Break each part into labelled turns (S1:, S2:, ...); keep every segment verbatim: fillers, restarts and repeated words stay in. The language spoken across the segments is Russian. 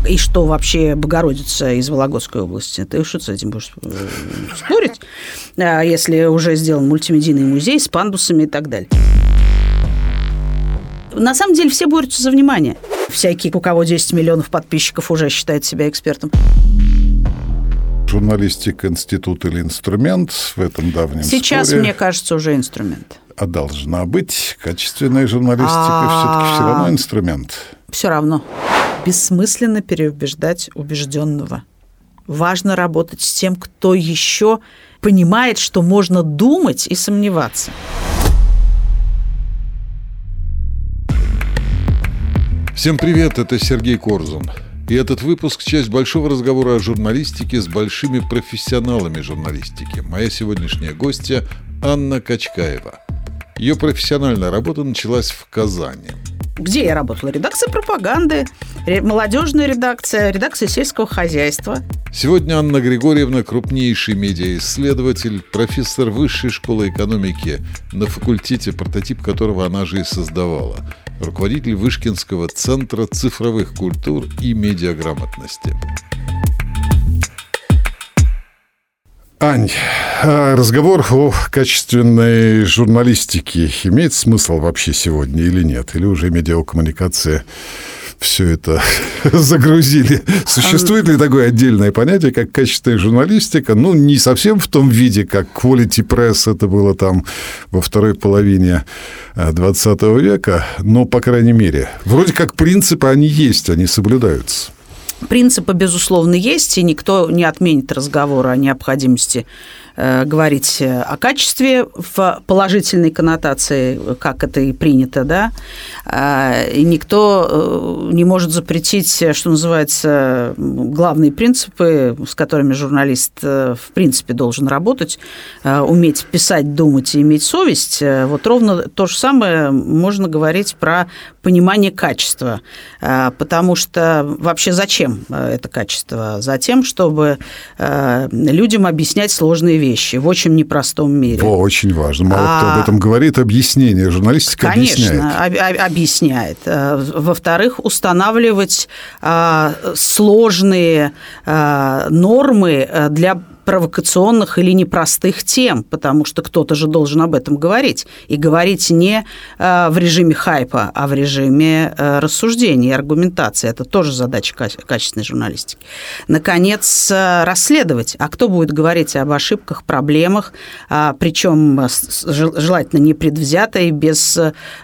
S1: и что вообще Богородица из Вологодской области. Ты что с этим будешь спорить, если уже сделан мультимедийный музей с пандусами и так далее? На самом деле все борются за внимание. Всякие, у кого десять миллионов подписчиков, уже считают себя экспертом.
S2: Журналистика – институт или инструмент в этом давнем
S1: Сейчас,
S2: споре.
S1: мне кажется, уже инструмент.
S2: А должна быть качественная журналистика все-таки все равно инструмент.
S1: Все равно. Бессмысленно переубеждать убежденного. Важно работать с тем, кто еще понимает, что можно думать и сомневаться.
S3: Всем привет, это Сергей Корзун. И этот выпуск – часть большого разговора о журналистике с большими профессионалами журналистики. Моя сегодняшняя гостья – Анна Качкаева. Ее профессиональная работа началась в Казани.
S1: Где я работала? Редакция пропаганды, молодежная редакция, редакция сельского хозяйства.
S3: Сегодня Анна Григорьевна – крупнейший медиаисследователь, профессор Высшей школы экономики, на факультете, прототип которого она же и создавала, руководитель Вышкинского центра цифровых культур и медиаграмотности.
S2: Ань, разговор о качественной журналистике имеет смысл вообще сегодня или нет? Или уже медиакоммуникация все это загрузили? Существует ли такое отдельное понятие, как качественная журналистика? Ну, не совсем в том виде, как quality press это было там во второй половине двадцатого века, но, по крайней мере, вроде как принципы, они есть, они соблюдаются.
S1: Принципы, безусловно, есть, и никто не отменит разговор о необходимости э, говорить о качестве в положительной коннотации, как это и принято, да, э, и никто э, не может запретить, что называется, главные принципы, с которыми журналист, э, в принципе, должен работать, э, уметь писать, думать и иметь совесть. Э, вот ровно то же самое можно говорить про понимание качества, э, потому что вообще зачем это качество? Затем, чтобы э, людям объяснять сложные вещи в очень непростом мире.
S2: О, очень важно. Мало а, кто об этом говорит. Объяснение. Журналистика объясняет.
S1: Конечно, объясняет. Во-вторых, устанавливать э, сложные э, нормы для провокационных или непростых тем, потому что кто-то же должен об этом говорить. И говорить не в режиме хайпа, а в режиме рассуждения и аргументации. Это тоже задача качественной журналистики. Наконец, расследовать. А кто будет говорить об ошибках, проблемах, причем желательно непредвзято и без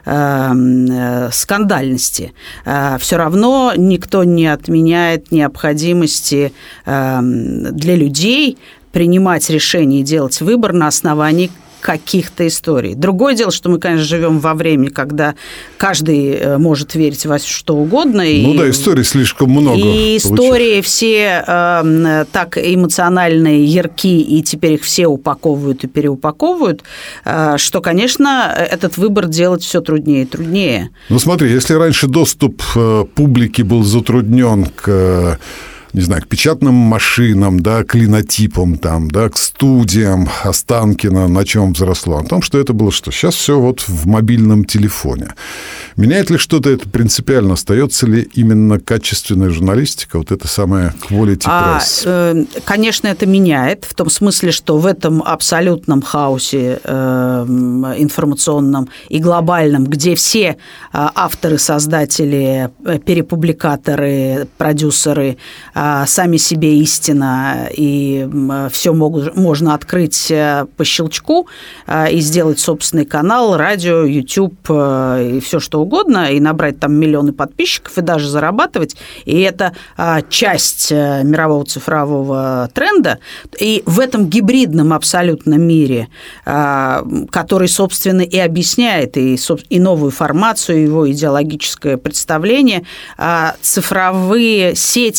S1: скандальности. Все равно никто не отменяет необходимости для людей принимать решения и делать выбор на основании каких-то историй. Другое дело, что мы, конечно, живем во времени, когда каждый может верить во что угодно.
S2: Ну и, да, историй слишком много.
S1: И истории все э, так эмоциональные, ярки, и теперь их все упаковывают и переупаковывают, э, что, конечно, этот выбор делать все труднее и труднее.
S2: Ну смотри, если раньше доступ публики был затруднен к... не знаю, к печатным машинам, да, к линотипам, там, да, к студиям Останкино, на чем взросло. О том, что это было что? Сейчас все вот в мобильном телефоне. Меняет ли что-то это принципиально? Остается ли именно качественная журналистика, вот это самое quality press?
S1: А, э, конечно, это меняет, в том смысле, что в этом абсолютном хаосе э, информационном и глобальном, где все э, авторы, создатели, перепубликаторы, продюсеры сами себе истина, и все могут, можно открыть по щелчку и сделать собственный канал, радио, YouTube и все что угодно, и набрать там миллионы подписчиков, и даже зарабатывать. И это часть мирового цифрового тренда. И в этом гибридном абсолютно мире, который, собственно, и объясняет и, и новую формацию, его идеологическое представление, цифровые сети и медиа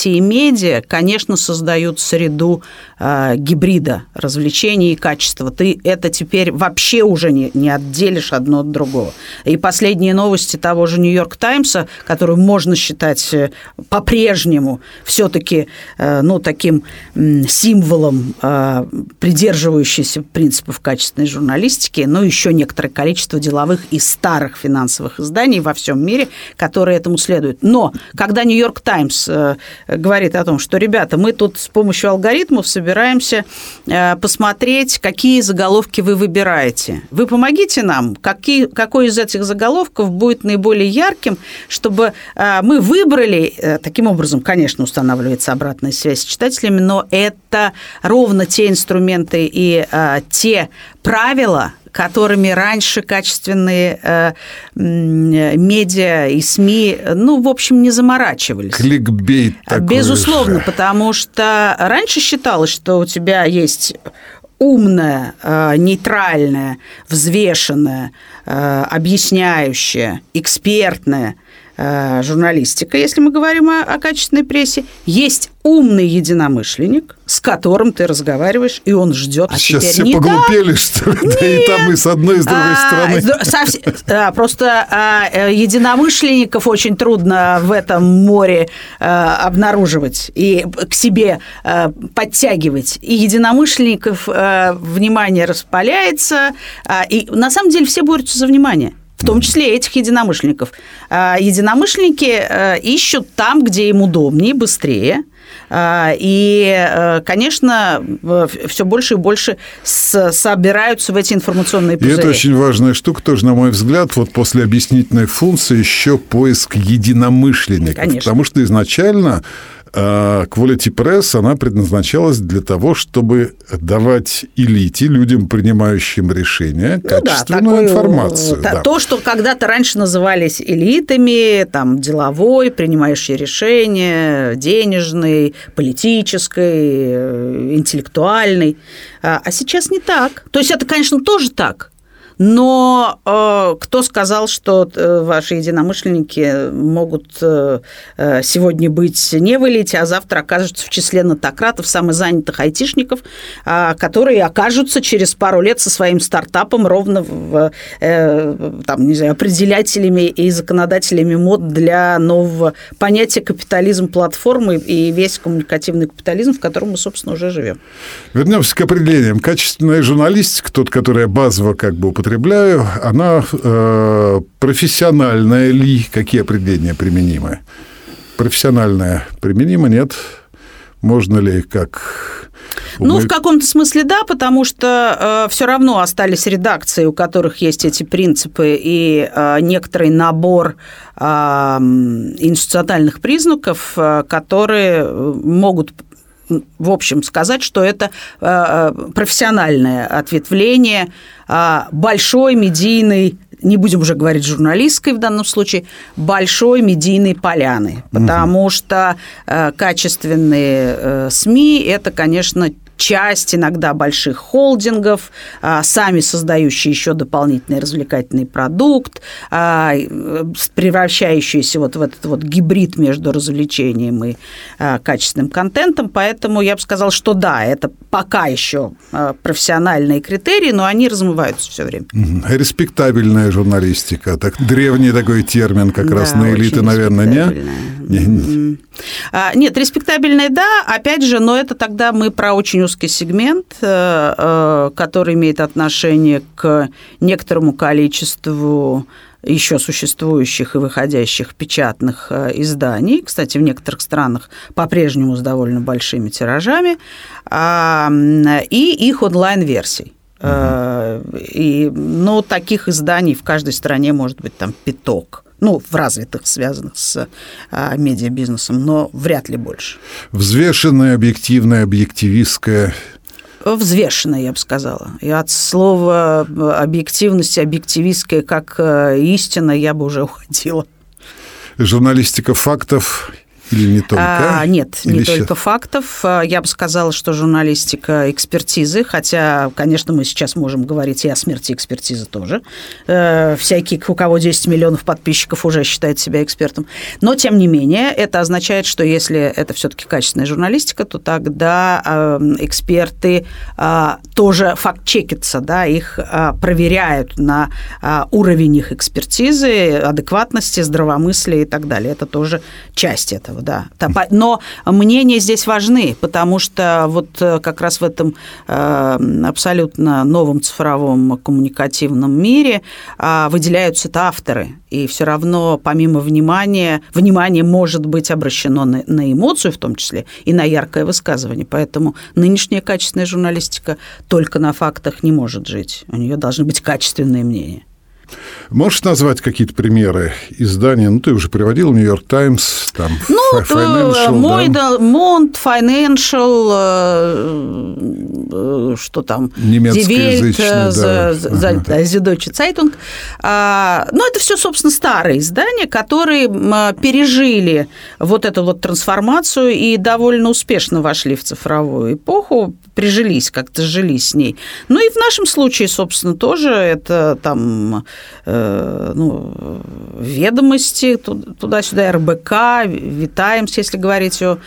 S1: медиа, конечно, создают среду э, гибрида развлечений и качества. Ты это теперь вообще уже не, не отделишь одно от другого. И последние новости того же «Нью-Йорк Таймса», которую можно считать по-прежнему все-таки э, ну, таким э, символом э, придерживающейся принципов качественной журналистики, но еще некоторое количество деловых и старых финансовых изданий во всем мире, которые этому следуют. Но когда «Нью-Йорк Таймс» э, говорит о том, что, ребята, мы тут с помощью алгоритмов собираемся э, посмотреть, какие заголовки вы выбираете. Вы помогите нам, какие, какой из этих заголовков будет наиболее ярким, чтобы э, мы выбрали, э, таким образом, конечно, устанавливается обратная связь с читателями, но это ровно те инструменты и э, те правила, которыми раньше качественные э, медиа и СМИ, ну, в общем, не заморачивались.
S2: Кликбейт такой.
S1: Безусловно,
S2: же.
S1: Потому что раньше считалось, что у тебя есть умная, э, нейтральная, взвешенная, э, объясняющая, экспертная э, журналистика, если мы говорим о, о качественной прессе, есть умный единомышленник, с которым ты разговариваешь, и он ждет. А
S2: сейчас
S1: теперь
S2: все
S1: не
S2: поглупели,
S1: так.
S2: что ли? Да и там и с одной, и с другой
S1: а,
S2: стороны.
S1: Совсем, а, просто а, единомышленников очень трудно в этом море а, обнаруживать и к себе а, подтягивать. И единомышленников а, внимание распаляется. А, и на самом деле все борются за внимание. В том числе этих единомышленников. Единомышленники ищут там, где им удобнее, быстрее. И, конечно, все больше и больше собираются в эти информационные пузыри.
S2: И это очень важная штука тоже, на мой взгляд, вот после объяснительной функции еще поиск единомышленников.
S1: Конечно.
S2: Потому что изначально Quality Press, она предназначалась для того, чтобы давать элите, людям, принимающим решения,
S1: ну
S2: качественную
S1: да, такую,
S2: информацию.
S1: Та,
S2: да.
S1: То, что когда-то раньше назывались элитами, там, деловой, принимающий решения, денежный, политической, интеллектуальной. А сейчас не так. То есть это, конечно, тоже так. Но э, кто сказал, что э, ваши единомышленники могут э, сегодня быть не в элите, а завтра окажутся в числе нотократов, самозанятых айтишников, э, которые окажутся через пару лет со своим стартапом ровно в, э, там, не знаю, определятелями и законодателями мод для нового понятия капитализм платформы и весь коммуникативный капитализм, в котором мы, собственно, уже живем.
S2: Вернемся к определениям. Качественная журналистика, тот, который я базово как бы употребляю, употребляю, она э, профессиональная ли? Какие определения применимы? Профессиональная применима, нет? Можно ли как...
S1: Ну, в каком-то смысле да, потому что э, все равно остались редакции, у которых есть эти принципы и э, некоторый набор э, институциональных признаков, э, которые могут... в общем, сказать, что это профессиональное ответвление большой медийной, не будем уже говорить журналистской в данном случае, большой медийной поляны. Потому угу. что качественные СМИ – это, конечно, часть иногда больших холдингов, сами создающие еще дополнительный развлекательный продукт, превращающиеся вот в этот вот гибрид между развлечением и качественным контентом. Поэтому я бы сказала, что да, это пока еще профессиональные критерии, но они размываются все время.
S2: Респектабельная журналистика. Так, древний такой термин как да, раз на элиты, наверное, не? не?
S1: Нет, респектабельная, да, опять же, но это тогда мы про очень узкий сегмент, который имеет отношение к некоторому количеству еще существующих и выходящих печатных изданий, кстати, в некоторых странах по-прежнему с довольно большими тиражами, и их онлайн-версий. Uh-huh. И, ну, таких изданий в каждой стране может быть там пяток. Ну, в развитых, связанных с а, медиабизнесом, но вряд ли больше.
S2: Взвешенная, объективная, объективистская.
S1: Взвешенная, я бы сказала. И от слова объективность, объективистская, как истина, я бы уже уходила.
S2: Журналистика фактов Или не только?
S1: А, нет,
S2: Или
S1: не
S2: сейчас?
S1: только фактов. Я бы сказала, что журналистика экспертизы, хотя, конечно, мы сейчас можем говорить и о смерти экспертизы тоже. Всякий, у кого десять миллионов подписчиков, уже считает себя экспертом. Но, тем не менее, это означает, что если это все-таки качественная журналистика, то тогда эксперты тоже факт-чекятся, да, их проверяют на уровень их экспертизы, адекватности, здравомыслия и так далее. Это тоже часть этого, да. Но мнения здесь важны, потому что вот как раз в этом абсолютно новом цифровом коммуникативном мире выделяются-то авторы. И все равно, помимо внимания, внимание может быть обращено на, на эмоцию в том числе и на яркое высказывание. Поэтому нынешняя качественная журналистика только на фактах не может жить. У нее должны быть качественные мнения.
S2: Можешь назвать какие-то примеры издания? Ну, ты уже приводил «Нью-Йорк Таймс», там,
S1: ну,
S2: Financial,
S1: мой,
S2: да?
S1: Монт, Financial, что там?
S2: Немецкоязычный, да.
S1: Süddeutsche Zeitung. Ну, это все, собственно, старые издания, которые пережили вот эту вот трансформацию и довольно успешно вошли в цифровую эпоху, прижились, как-то жились с ней. Ну, и в нашем случае, собственно, тоже это там... ну, «Ведомости», туда-сюда, эр бэ ка, «Витаймс», если говорить о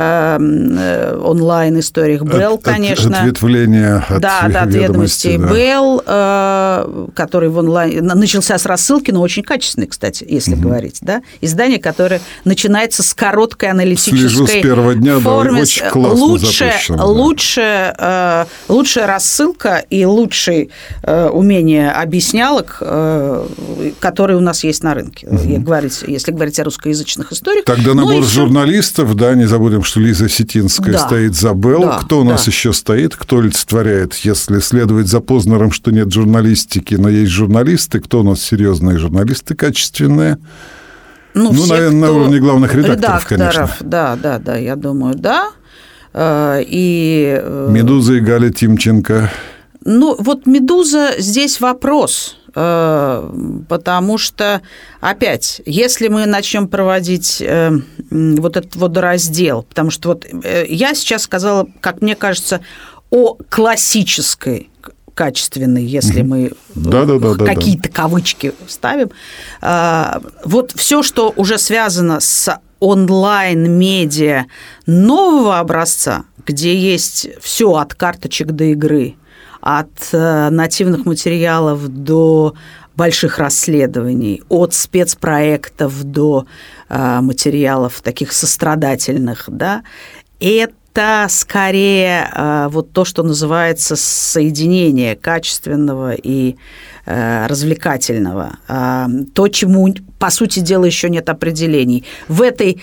S1: э, онлайн-историях, «Белл», конечно.
S2: Ответвление от
S1: да, да, от «Ведомостей», да. «Белл», э, который в онлайн... начался с рассылки, но очень качественный, кстати, если угу. говорить, да, издание, которое начинается с короткой аналитической
S2: Слежу с первого дня,
S1: формы.
S2: Да, очень классно
S1: лучше,
S2: запущено, да.
S1: лучше, э, лучшая рассылка и лучшее э, умение объяснялок, которые у нас есть на рынке, угу. если, говорить, если говорить о русскоязычных историях.
S2: Тогда набор ну, журналистов, да, не забудем, что Лиза Сетинская да. стоит за Белл. Да, кто у нас да. еще стоит, кто олицетворяет, если следовать за Познером, что нет журналистики, но есть журналисты, кто у нас серьезные журналисты, качественные? Ну, ну все, наверное, на уровне главных редакторов, редакторов, конечно.
S1: Да, да, да, я думаю, да. И...
S2: «Медуза» и Галя Тимченко.
S1: Ну, вот «Медуза» здесь вопрос, потому что, опять, если мы начнем проводить вот этот водораздел, потому что вот я сейчас сказала, как мне кажется, о классической качественной, если мы
S2: да, да, да,
S1: какие-то
S2: да.
S1: кавычки ставим, вот все, что уже связано с онлайн-медиа нового образца, где есть все от карточек до игры, от нативных материалов до больших расследований, от спецпроектов до материалов таких сострадательных, да, это скорее вот то, что называется соединение качественного и развлекательного, то, чему, по сути дела, еще нет определений. В этой,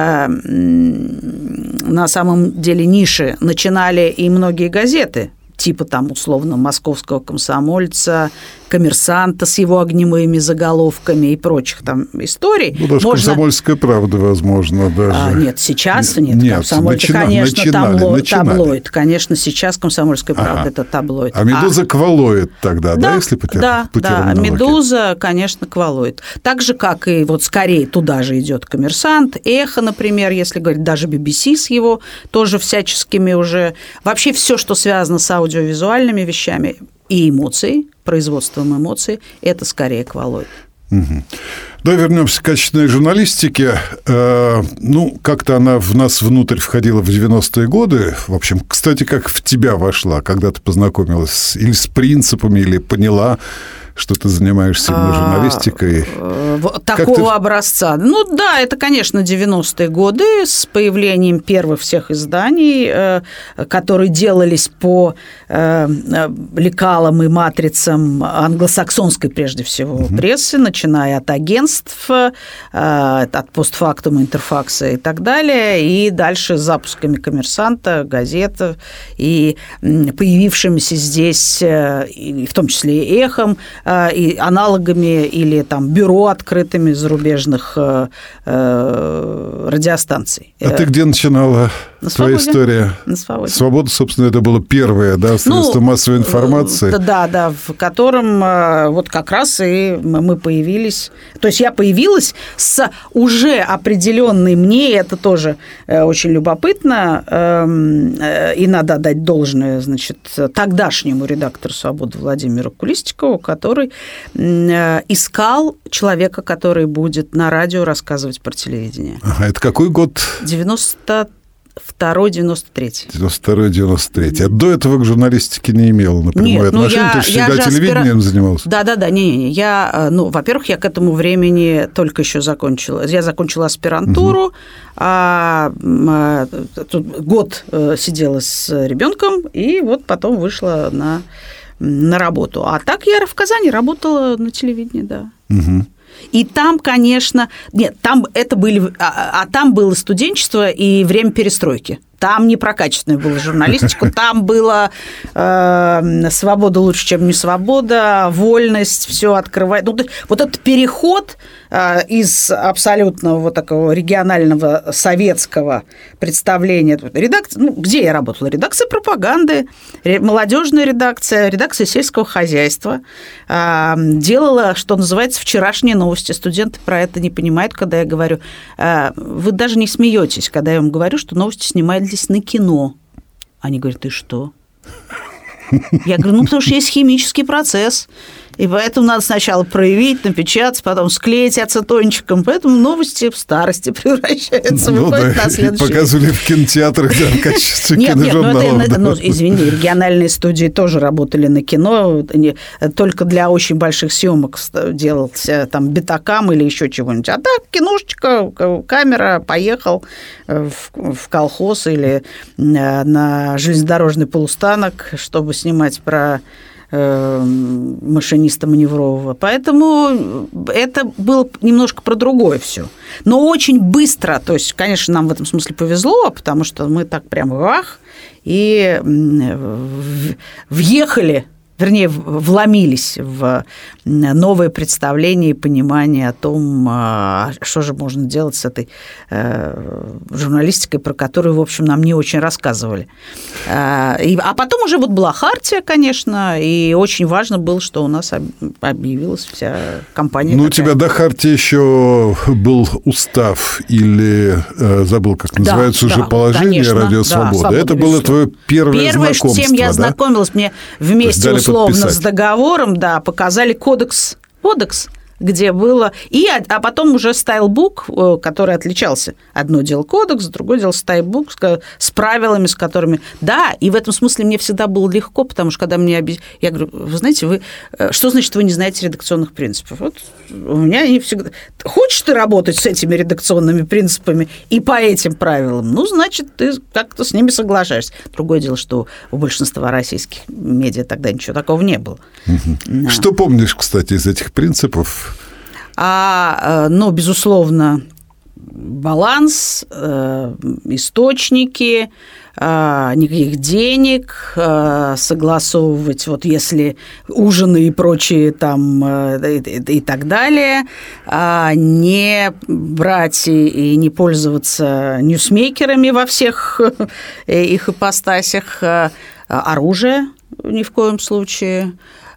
S1: на самом деле, нише начинали и многие газеты, типа там условно «Московского комсомольца», «Коммерсанта» с его огневыми заголовками и прочих там историй.
S2: Ну, даже Можно... «Комсомольская правда», возможно, даже.
S1: А, нет, сейчас нет.
S2: нет
S1: «Комсомольца»,
S2: начина...
S1: конечно,
S2: начинали,
S1: табло...
S2: начинали.
S1: таблоид. Конечно, сейчас «Комсомольская правда» ага. – это таблоид.
S2: А «Медуза» а... квалоид тогда, да,
S1: да
S2: если по,
S1: да,
S2: по
S1: да, «Медуза», конечно, квалоид. Так же, как и вот скорее туда же идет «Коммерсант», «Эхо», например, если говорить, даже би би си с его тоже всяческими уже. Вообще все, что связано с аудиовизуальными вещами и эмоцией, производством эмоций, это скорее квалоид.
S2: Угу. Давай вернемся к качественной журналистике. Ну, как-то она в нас внутрь входила в девяностые годы. В общем, кстати, как в тебя вошла, когда ты познакомилась или с принципами, или поняла, что ты занимаешься именно журналистикой.
S1: А, такого ты... образца. Ну да, это, конечно, девяностые годы с появлением первых всех изданий, которые делались по лекалам и матрицам англосаксонской, прежде всего, угу. прессы, начиная от агентств, от постфактума, интерфакса и так далее, и дальше с запусками «Коммерсанта», газет, и появившимися здесь, в том числе и «Эхом», и аналогами или там бюро открытыми зарубежных радиостанций.
S2: А ты где начинала
S1: На
S2: твоя
S1: «Свободе».
S2: история?
S1: На «Свободе».
S2: «Свобода», собственно, это было первое, да, средство ну, массовой информации.
S1: Да, да, в котором вот как раз и мы появились. То есть я появилась с уже определенной мне, это тоже очень любопытно, и надо отдать должное, значит, тогдашнему редактору «Свободы» Владимиру Кулистикову, который искал человека, который будет на радио рассказывать про телевидение.
S2: Ага, это какой год?
S1: девяносто второй девяносто третий.
S2: девяносто второй девяносто третий. А до этого к журналистике не имела напрямую отношения? Ты всегда телевидением аспира... занимался?
S1: Да-да-да, не-не-не. Я, ну, во-первых, я к этому времени только еще закончила. Я закончила аспирантуру, угу. а, а тут год сидела с ребенком, и вот потом вышла на, на работу. А так я в Казани работала на телевидении, да.
S2: Угу.
S1: И там, конечно... Нет, там это были... А, а там было студенчество и время перестройки. Там не про качественную была журналистику, там была э, свобода лучше, чем не свобода, вольность, все открывать. Ну, вот этот переход э, из абсолютно вот такого регионального советского представления, редакции, ну, где я работала? Редакция пропаганды, молодежная редакция, редакция сельского хозяйства. Э, делала, что называется, вчерашние новости. Студенты про это не понимают, когда я говорю. Э, вы даже не смеетесь, когда я вам говорю, что новости снимают на кино. Они говорят, ты что? Я говорю, ну, потому что есть химический процесс, и поэтому надо сначала проявить, напечатать, потом склеить ацетончиком. Поэтому новости в старости превращаются,
S2: ну,
S1: выходят
S2: да,
S1: на следующий.
S2: Показывали в кинотеатрах, да, в качестве
S1: нет,
S2: киножурналов.
S1: Нет, ну, это,
S2: да.
S1: ну, извини, региональные студии тоже работали на кино, только для очень больших съемок делался там битакам или еще чего-нибудь. А так, киношечка, камера, поехал в, в колхоз или на железнодорожный полустанок, чтобы снимать про машиниста маневрового. Поэтому это было немножко про другое все. Но очень быстро, то есть, конечно, нам в этом смысле повезло, потому что мы так прям вах, и въехали, вернее, вломились в новое представление и понимание о том, что же можно делать с этой журналистикой, про которую, в общем, нам не очень рассказывали. А потом уже вот была хартия, конечно, и очень важно было, что у нас объявилась вся компания.
S2: Ну,
S1: такая.
S2: У тебя до хартии еще был устав или, забыл, как называется, да, уже да, положение конечно, «Радио Свобода». Да, Свобода. Это было твое первое, первое знакомство,
S1: с чем я
S2: да? знакомилась,
S1: мне вместе условно подписать. С договором, да, показали кодекс, кодекс, где было... И, а потом уже стайлбук, который отличался. Одно дело кодекс, другое дело стайлбук с правилами, с которыми... Да, и в этом смысле мне всегда было легко, потому что когда мне... Объяс... Я говорю, вы знаете, вы... Что значит, вы не знаете редакционных принципов? Вот у меня они всегда... Хочешь ты работать с этими редакционными принципами и по этим правилам? Ну, значит, ты как-то с ними соглашаешься. Другое дело, что у большинства российских медиа тогда ничего такого не было.
S2: Угу. Да. Что помнишь, кстати, из этих принципов?
S1: А, ну, безусловно, баланс, источники, никаких денег, согласовывать, вот если ужины и прочие там и, и так далее, не брать и не пользоваться ньюсмейкерами во всех их ипостасях, оружие ни в коем случае,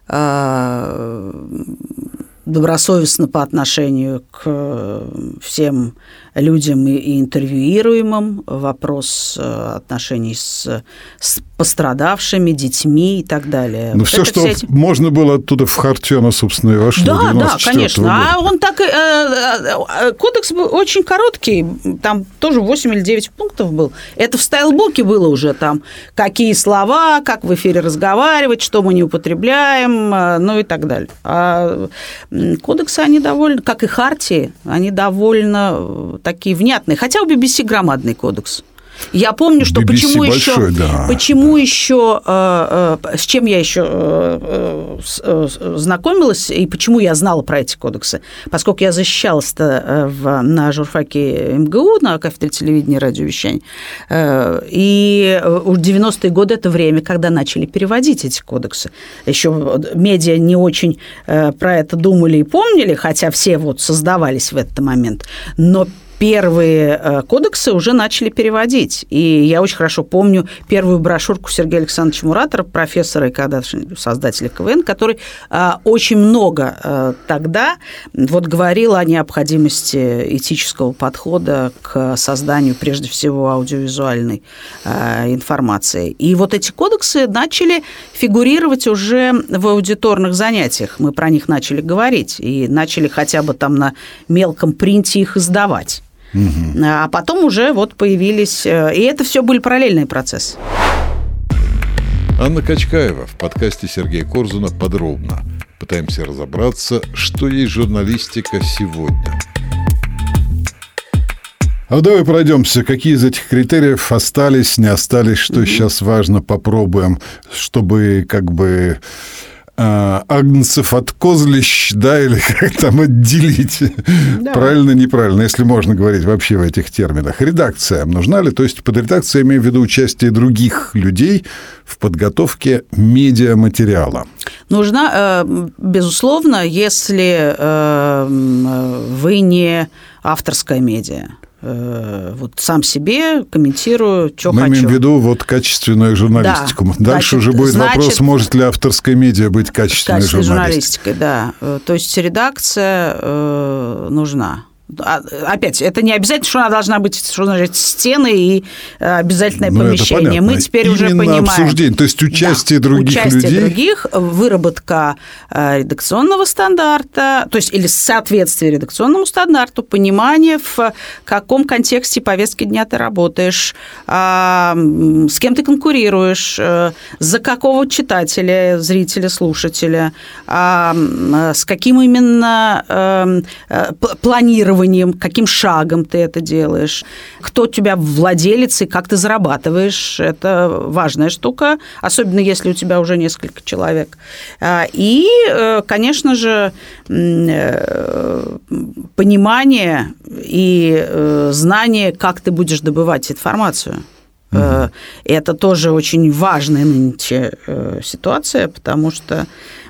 S1: добросовестно по отношению к всем людям и интервьюируемым, вопрос отношений с, с пострадавшими, детьми и так далее.
S2: Ну, вот все, что эти... можно было оттуда в хартию, оно, собственно, и вошло.
S1: Да, да, конечно. Года. А он так... Э, кодекс был очень короткий, там тоже восемь или девять пунктов был. Это в стайлбуке было уже там, какие слова, как в эфире разговаривать, что мы не употребляем, ну и так далее. А кодексы, они довольно, как и хартии, они довольно такие внятные. Хотя у би би си громадный кодекс. Я помню, что
S2: би би си
S1: почему
S2: большой,
S1: еще,
S2: да.
S1: почему еще, э, э, с чем я еще э, э, знакомилась и почему я знала про эти кодексы, поскольку я защищалась-то в, на журфаке эм гэ у, на кафедре телевидения и радиовещания, э, и в девяностые годы это время, когда начали переводить эти кодексы. Еще медиа не очень э, про это думали и помнили, хотя все вот создавались в этот момент, но первые кодексы уже начали переводить. И я очень хорошо помню первую брошюрку Сергея Александровича Муратова, профессора и когда-то создателя КВН, который очень много тогда вот говорил о необходимости этического подхода к созданию, прежде всего, аудиовизуальной информации. И вот эти кодексы начали фигурировать уже в аудиторных занятиях. Мы про них начали говорить и начали хотя бы там на мелком принте их издавать. Угу. А потом уже вот появились... И это все были параллельные процессы.
S3: Анна Качкаева в подкасте Сергея Корзуна подробно. Пытаемся разобраться, что есть журналистика сегодня.
S2: А давай пройдемся, какие из этих критериев остались, не остались, что mm-hmm. сейчас важно, попробуем, чтобы как бы э, агнцев от козлищ, да, или как там отделить, да. Правильно, неправильно, если можно говорить вообще в этих терминах. Редакция нужна ли? То есть под редакцией имею в виду участие других людей в подготовке медиаматериала.
S1: Нужна, безусловно, если вы не авторская медиа. Вот сам себе комментирую, что
S2: Мы
S1: хочу.
S2: Мы имеем в виду вот качественную журналистику. Да. Дальше значит, уже будет значит, вопрос, может ли авторская медиа быть качественной, качественной журналистикой.
S1: журналистикой. Да. То есть редакция э, нужна. Опять, это не обязательно, что она должна быть, что значит, стены и обязательное ну, помещение. Мы теперь Именно уже понимаем.
S2: Обсуждение, то есть участие да, других
S1: участие
S2: людей.
S1: других, выработка редакционного стандарта, то есть или соответствие редакционному стандарту, понимание, в каком контексте повестки дня ты работаешь, с кем ты конкурируешь, за какого читателя, зрителя, слушателя, с каким именно планированием, каким шагом ты это делаешь, кто у тебя владелец и как ты зарабатываешь. Это важная штука, особенно если у тебя уже несколько человек. И, конечно же, понимание и знание, как ты будешь добывать информацию. Mm-hmm. Это тоже очень важная нынче ситуация, потому что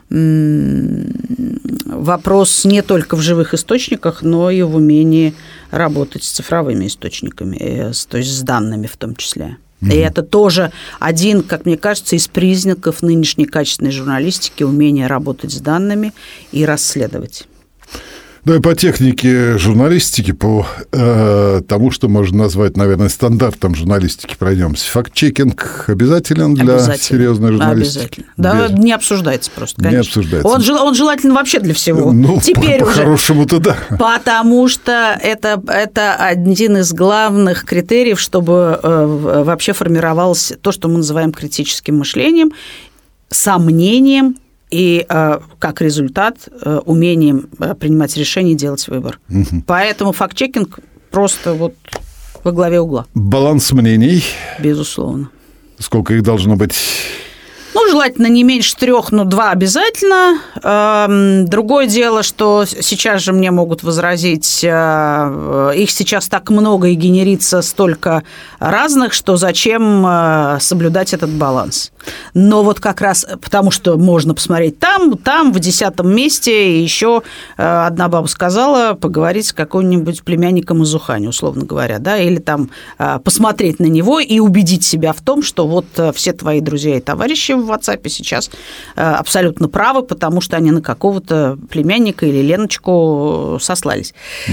S1: вопрос не только в живых источниках, но и в умении работать с цифровыми источниками, то есть с данными в том числе. Mm-hmm. И это тоже один, как мне кажется, из признаков нынешней качественной журналистики – умение работать с данными и расследовать.
S2: Ну и по технике журналистики, по э, тому, что можно назвать, наверное, стандартом журналистики, пройдемся. Факт-чекинг обязателен для обязательно. серьезной журналистики?
S1: Обязательно. Да, Без... не обсуждается просто, конечно.
S2: Не обсуждается.
S1: Он, он желателен вообще для всего.
S2: Ну,
S1: Теперь
S2: по- по-хорошему-то да.
S1: Потому что это, это один из главных критериев, чтобы э, вообще формировалось то, что мы называем критическим мышлением, сомнением, и э, как результат э, умением э, принимать решения и делать выбор. Угу. Поэтому факт-чекинг просто вот во главе угла.
S2: Баланс мнений?
S1: Безусловно.
S2: Сколько их должно быть?
S1: Ну, желательно не меньше трех, но два обязательно. Другое дело, что сейчас же мне могут возразить, их сейчас так много и генерится столько разных, что зачем соблюдать этот баланс. Но вот как раз потому, что можно посмотреть там, там, в десятом месте, и еще одна баба сказала поговорить с каким-нибудь племянником из Ухани, условно говоря, да, или там посмотреть на него и убедить себя в том, что вот все твои друзья и товарищи в WhatsApp сейчас абсолютно правы, потому что они на какого-то племянника или Леночку сослались.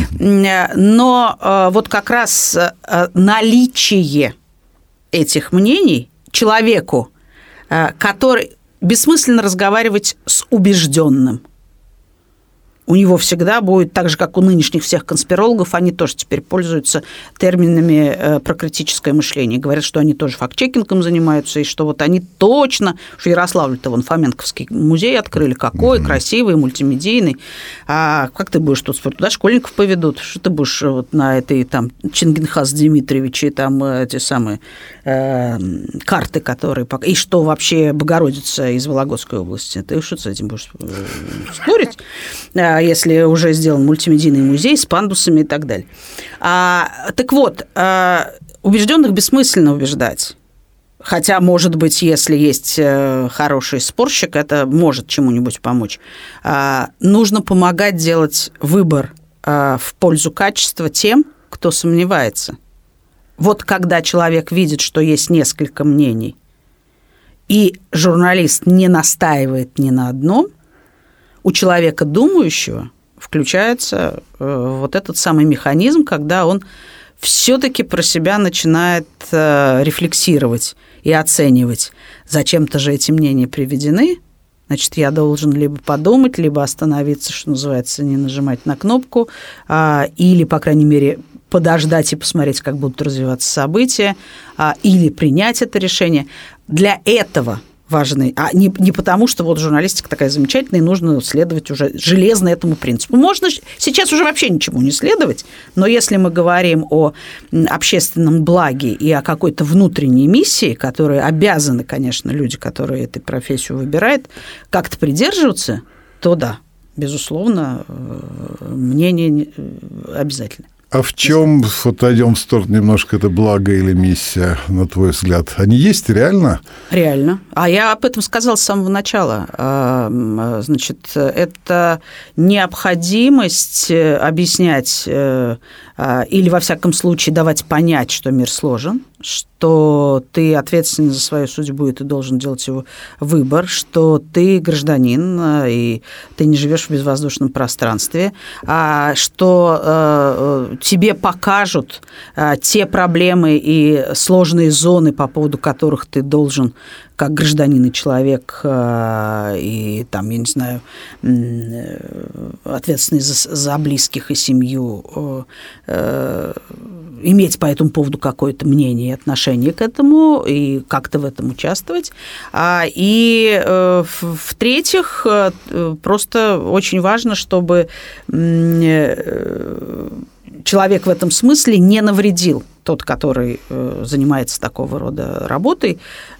S1: Но вот как раз наличие этих мнений человеку, который бессмысленно разговаривать с убежденным. У него всегда будет, так же, как у нынешних всех конспирологов, они тоже теперь пользуются терминами про критическое мышление. Говорят, что они тоже факт-чекингом занимаются, и что вот они точно... В Ярославле-то вон Фоменковский музей открыли. Какой, mm-hmm. красивый, мультимедийный. А как ты будешь тут спорить? Туда школьников поведут. Что ты будешь вот на этой там Чингисхас Дмитриевиче, там эти самые э, карты, которые... И что вообще Богородица из Вологодской области? Ты что с этим будешь спорить? Если уже сделан мультимедийный музей с пандусами и так далее. А, так вот, а, убежденных бессмысленно убеждать. Хотя, может быть, если есть хороший спорщик, это может чему-нибудь помочь. А, нужно помогать делать выбор а, в пользу качества тем, кто сомневается. Вот когда человек видит, что есть несколько мнений, и журналист не настаивает ни на одном, у человека думающего включается э, вот этот самый механизм, когда он все-таки про себя начинает э, рефлексировать и оценивать. Зачем-то же эти мнения приведены, значит, я должен либо подумать, либо остановиться, что называется, не нажимать на кнопку, э, или, по крайней мере, подождать и посмотреть, как будут развиваться события, э, или принять это решение. Для этого важны, а не, не потому, что вот журналистика такая замечательная, и нужно следовать уже железно этому принципу. Можно сейчас уже вообще ничему не следовать, но если мы говорим о общественном благе и о какой-то внутренней миссии, которые обязаны, конечно, люди, которые эту профессию выбирают, как-то придерживаться, то да, безусловно, мнение обязательно.
S2: А в чем, вот отойдем в сторону немножко, это благо или миссия, на твой взгляд? Они есть реально?
S1: Реально. А я об этом сказала с самого начала. Значит, это необходимость объяснять или, во всяком случае, давать понять, что мир сложен, что ты ответственен за свою судьбу, и ты должен делать его выбор, что ты гражданин, и ты не живешь в безвоздушном пространстве, что тебе покажут те проблемы и сложные зоны, по поводу которых ты должен, как гражданин и человек, и там, я не знаю, ответственный за, за близких и семью, иметь по этому поводу какое-то мнение и отношение к этому, и как-то в этом участвовать. И, в-третьих, просто очень важно, чтобы человек в этом смысле не навредил, тот, который занимается такого рода работой,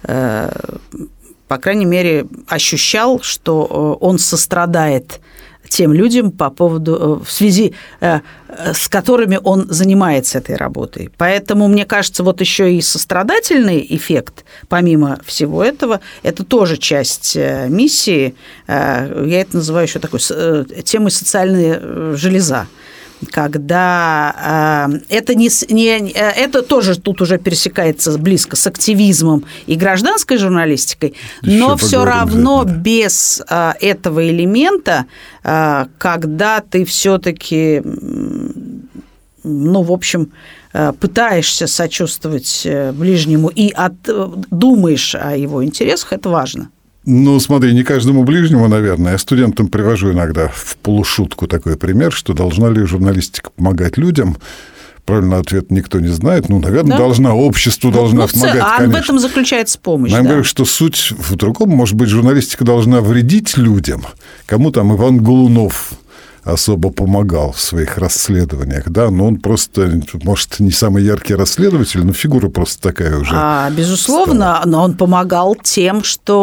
S1: по крайней мере, ощущал, что он сострадает тем людям, по поводу, в связи с которыми он занимается этой работой. Поэтому, мне кажется, вот еще и сострадательный эффект, помимо всего этого, это тоже часть миссии. Я это называю еще такой темой социальная железа. Когда э, это, не, не, это тоже тут уже пересекается близко с активизмом и гражданской журналистикой, еще но все равно без э, этого элемента, э, когда ты все-таки, ну, в общем, э, пытаешься сочувствовать ближнему и от, думаешь о его интересах, это важно.
S2: Ну, смотри, не каждому ближнему, наверное. Я студентам привожу иногда в полушутку такой пример, что должна ли журналистика помогать людям. Правильный ответ никто не знает. Ну, наверное, да. должна, обществу ну, должна ну, помогать,
S1: а
S2: конечно.
S1: А в этом заключается помощь,
S2: Но я
S1: да.
S2: говорю, что суть в другом. Может быть, журналистика должна вредить людям. Кому там Иван Голунов особо помогал в своих расследованиях, да, но он просто, может, не самый яркий расследователь, но фигура просто такая уже.
S1: А, безусловно, стала. Но он помогал тем,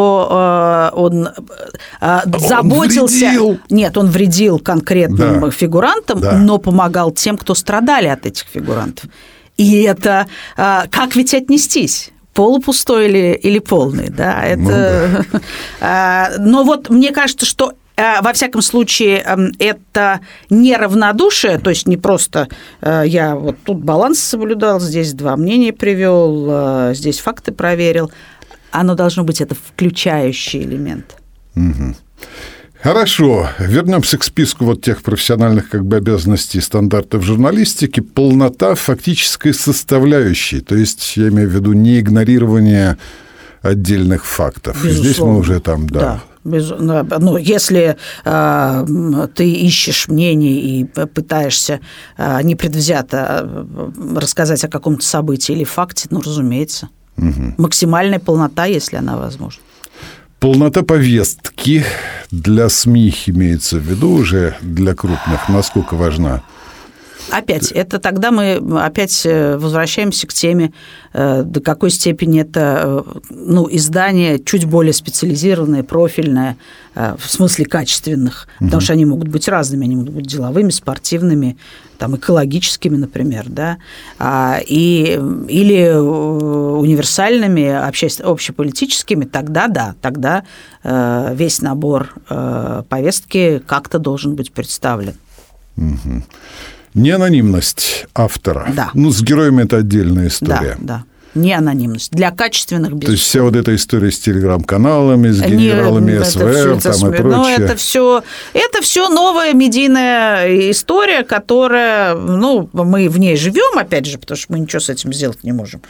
S1: что э, он э, заботился... Он вредил. Нет, он вредил конкретным да. фигурантам, да. но помогал тем, кто страдали от этих фигурантов. И это... Э, как ведь отнестись? Полупустой или, или полный, да? Это... Ну, да. Но вот мне кажется, что во всяком случае, это не равнодушие, то есть не просто я вот тут баланс соблюдал, здесь два мнения привел, здесь факты проверил. Оно должно быть это включающий элемент.
S2: Угу. Хорошо. Вернемся к списку вот тех профессиональных как бы обязанностей и стандартов журналистики. Полнота фактической составляющей, то есть я имею в виду не игнорирование отдельных фактов. Безусловно. Здесь мы уже там, да.
S1: да. Без, ну, если э, ты ищешь мнение и пытаешься э, непредвзято рассказать о каком-то событии или факте, ну, разумеется. Угу. Максимальная полнота, если она возможна.
S2: Полнота повестки для СМИ имеется в виду уже, для крупных, насколько важна?
S1: Опять, это тогда мы опять возвращаемся к теме, до какой степени это ну, издание чуть более специализированное, профильное, в смысле качественных, угу. потому что они могут быть разными, они могут быть деловыми, спортивными, там, экологическими, например, да, и, или универсальными, общественно, общеполитическими, тогда да, тогда весь набор повестки как-то должен быть представлен.
S2: Угу. Не анонимность автора.
S1: Да.
S2: Ну, с героями это отдельная история.
S1: Да, да. Не анонимность. Для качественных бизнесов.
S2: То есть вся вот эта история с телеграм-каналами, с генералами
S1: Не,
S2: СВР там
S1: см...
S2: и прочее.
S1: Но это все, это все новая медийная история, которая, ну, мы в ней живем, опять же, потому что мы ничего с этим сделать не можем.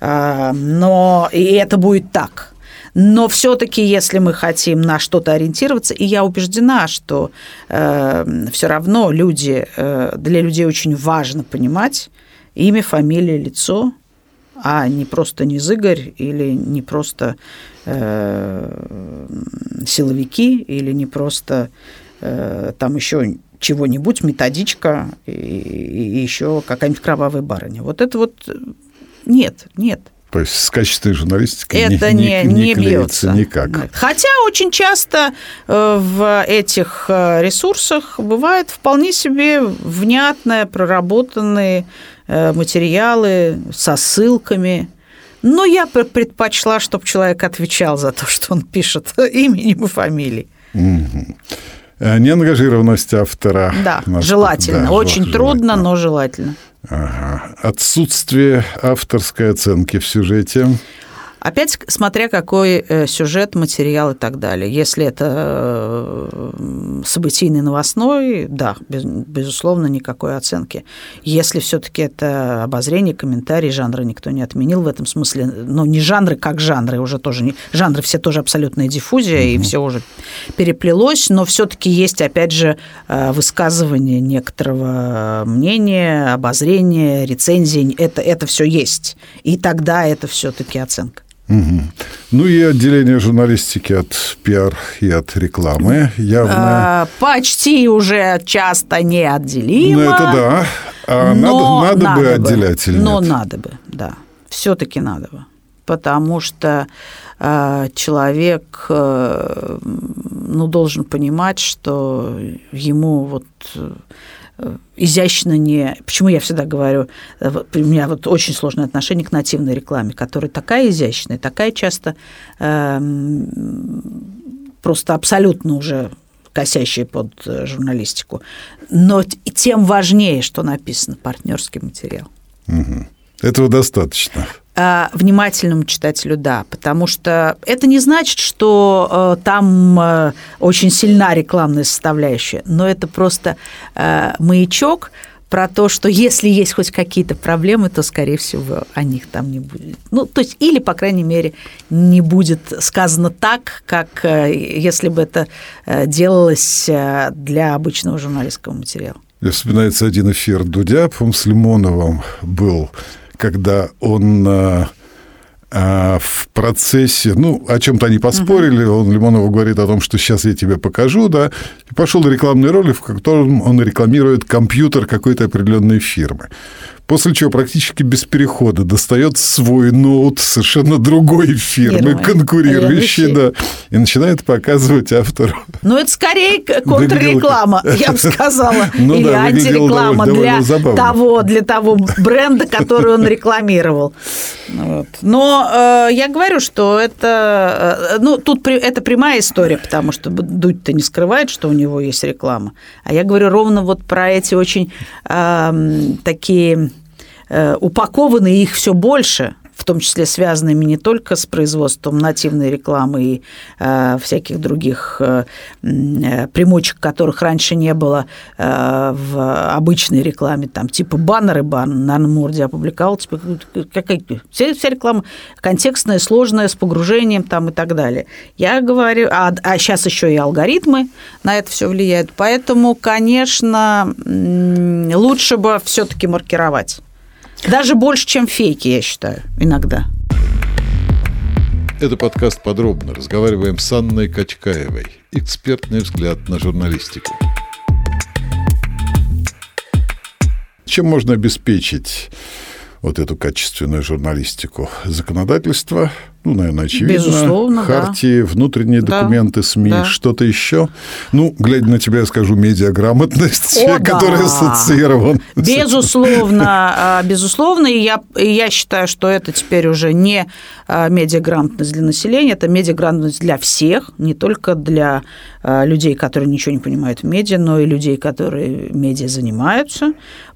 S1: Но и это будет так. Но все-таки, если мы хотим на что-то ориентироваться, и я убеждена, что э, все равно люди, э, для людей очень важно понимать имя, фамилия, лицо, а не просто Низыгорь или не просто э, силовики или не просто э, там еще чего-нибудь, методичка и, и еще какая-нибудь кровавая барыня. Вот это вот нет, нет.
S2: То есть с качественной журналистикой
S1: это
S2: не,
S1: не,
S2: не,
S1: не
S2: клеится
S1: бьется
S2: никак.
S1: Хотя очень часто в этих ресурсах бывают вполне себе внятные, проработанные материалы со ссылками. Но я предпочла, чтобы человек отвечал за то, что он пишет именем и фамилией.
S2: Угу. Неангажированность автора.
S1: Да, желательно. Да, очень желательно. Трудно, но желательно.
S2: Ага. Отсутствие авторской оценки в сюжете.
S1: Опять, смотря какой сюжет, материал и так далее. Если это событийный новостной, да, без, безусловно, никакой оценки. Если все-таки это обозрение, комментарий, жанры никто не отменил в этом смысле. Но не жанры как жанры, уже тоже не... Жанры все тоже абсолютная диффузия, mm-hmm. и все уже переплелось, но все-таки есть, опять же, высказывание некоторого мнения, обозрения, рецензии. Это, это все есть. И тогда это все-таки оценка.
S2: Угу. Ну и отделение журналистики от пиар и от рекламы явно... А,
S1: почти уже часто неотделимо.
S2: Ну это да. А
S1: но
S2: надо, надо,
S1: надо
S2: бы
S1: бы
S2: отделять или
S1: Но
S2: нет?
S1: надо бы, да. Все-таки надо бы. Потому что э, человек э, ну, должен понимать, что ему вот... изящно не... Почему я всегда говорю, у меня вот очень сложное отношение к нативной рекламе, которая такая изящная, такая часто э, просто абсолютно уже косящая под журналистику. Но тем важнее, что написано партнерский материал.
S2: Угу. Этого достаточно.
S1: Внимательному читателю, да, потому что это не значит, что э, там э, очень сильна рекламная составляющая, но это просто э, маячок про то, что если есть хоть какие-то проблемы, то, скорее всего, о них там не будет. Ну, то есть, или, по крайней мере, не будет сказано так, как э, если бы это э, делалось для обычного журналистского материала.
S2: Мне вспоминается один эфир Дудя, по-моему, с Лимоновым был, когда он а, а, в процессе, ну, о чем-то они поспорили, uh-huh. он Лимонову говорит о том, что сейчас я тебе покажу, да, и пошел на рекламный ролик, в котором он рекламирует компьютер какой-то определенной фирмы. После чего практически без перехода достает свой ноут совершенно другой фирмы, Фирмы. конкурирующей, да, и начинает показывать автору.
S1: Ну, это скорее контрреклама, я бы сказала,
S2: ну,
S1: или
S2: да,
S1: антиреклама для того, для того бренда, который он рекламировал. Вот. Но э, я говорю, что это, э, ну, тут при, это прямая история, потому что Дудь-то не скрывает, что у него есть реклама. А я говорю ровно вот про эти очень э, такие э, упакованные, их все больше, в том числе связанными не только с производством нативной рекламы и э, всяких других э, примочек, которых раньше не было э, в обычной рекламе, там, типа баннеры, бан на Мурде опубликовал, типа, какая, вся, вся реклама контекстная, сложная, с погружением там, и так далее. Я говорю, а, а сейчас еще и алгоритмы на это все влияют, поэтому, конечно, лучше бы все-таки маркировать. Даже больше, чем фейки, я считаю, иногда.
S3: Это подкаст «Подробно». Разговариваем с Анной Качкаевой. Экспертный взгляд на журналистику.
S2: Чем можно обеспечить вот эту качественную журналистику? Законодательство, ну, наверное, очевидно.
S1: Безусловно,
S2: Хартии,
S1: да.
S2: внутренние документы,
S1: да,
S2: СМИ,
S1: да.
S2: Что-то еще? Ну, глядя на тебя, я скажу, медиаграмотность,
S1: О,
S2: которая
S1: да.
S2: ассоциирована.
S1: Безусловно, безусловно, и я, и я считаю, что это теперь уже не медиаграмотность для населения, это медиаграмотность для всех, не только для людей, которые ничего не понимают в медиа, но и людей, которые медиа занимаются,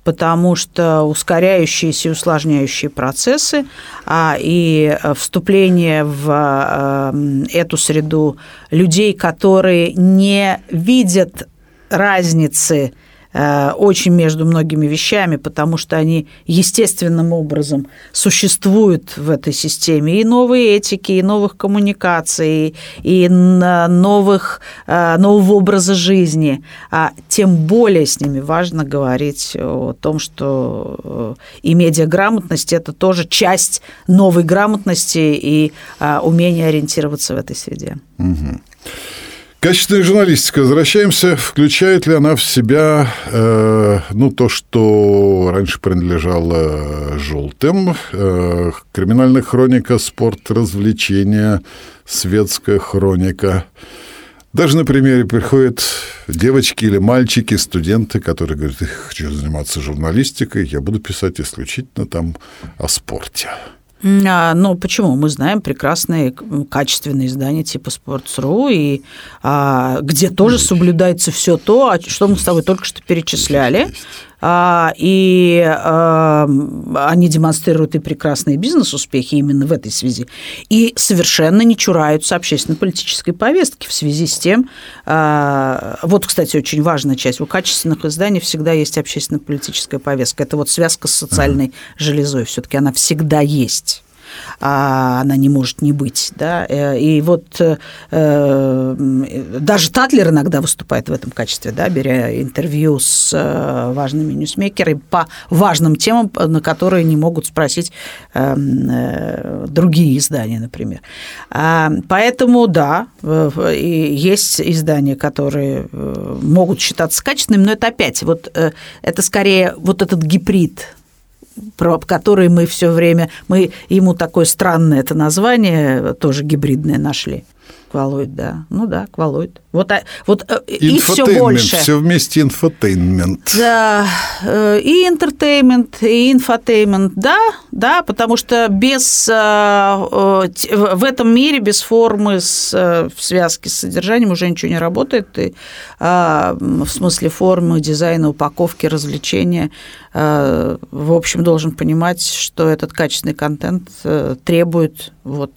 S1: потому что ускоряющиеся и усложняющие процессы а, и вступление в а, эту среду людей, которые не видят разницы очень между многими вещами, потому что они естественным образом существуют в этой системе и новой этики, и новых коммуникаций, и новых, нового образа жизни. А тем более с ними важно говорить о том, что и медиаграмотность – это тоже часть новой грамотности и умения ориентироваться в этой среде.
S2: Угу. Качественная журналистика. Возвращаемся. Включает ли она в себя э, ну, то, что раньше принадлежало желтым? Э, криминальная хроника, спорт, развлечения, светская хроника. Даже на примере приходят девочки или мальчики, студенты, которые говорят: я хочу заниматься журналистикой, я буду писать исключительно там о спорте.
S1: Ну, почему? Мы знаем прекрасные качественные издания типа Sports.ru, и, а, где тоже соблюдается все то, что мы с тобой только что перечисляли. А, и а, они демонстрируют и прекрасные бизнес-успехи именно в этой связи, и совершенно не чураются общественно-политической повестки в связи с тем... А, вот, кстати, очень важная часть. У качественных изданий всегда есть общественно-политическая повестка. Это вот связка с социальной железой. Все-таки она всегда есть. А она не может не быть, да, и вот э, даже Татлер иногда выступает в этом качестве, да, беря интервью с важными ньюсмейкерами по важным темам, на которые не могут спросить э, э, другие издания, например. А, поэтому, да, есть издания, которые могут считаться качественными, но это опять, вот это скорее вот этот гибрид, про который мы все время, мы ему такое странное это название, тоже гибридное, нашли. Квалоид, да. Ну да, квалоид. Вот, вот и все больше.
S2: Все вместе инфотеймент.
S1: Да, и интертеймент, и инфотеймент, да, да, потому что без, в этом мире без формы с, в связке с содержанием уже ничего не работает, и, в смысле формы, дизайна, упаковки, развлечения, в общем, должен понимать, что этот качественный контент требует вот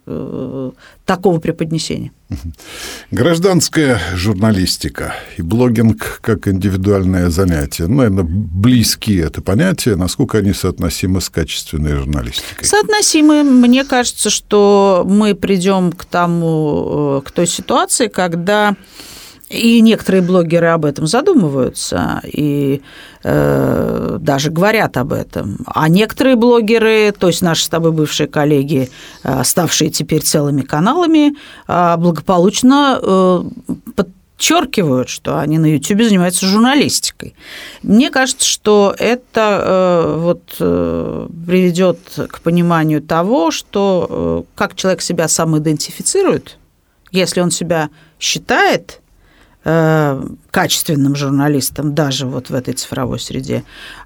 S1: такого преподнесения.
S2: Гражданская журналистика и блогинг как индивидуальное занятие, наверное, близки это понятие, насколько они соотносимы с качественной журналистикой?
S1: Соотносимы. Мне кажется, что мы придем к тому, к той ситуации, когда и некоторые блогеры об этом задумываются и э, даже говорят об этом. А некоторые блогеры, то есть наши с тобой бывшие коллеги, э, ставшие теперь целыми каналами, э, благополучно э, подчеркивают, что они на Ютубе занимаются журналистикой. Мне кажется, что это э, вот, э, приведет к пониманию того, что э, как человек себя самоидентифицирует, если он себя считает качественным журналистом даже вот в этой цифровой среде,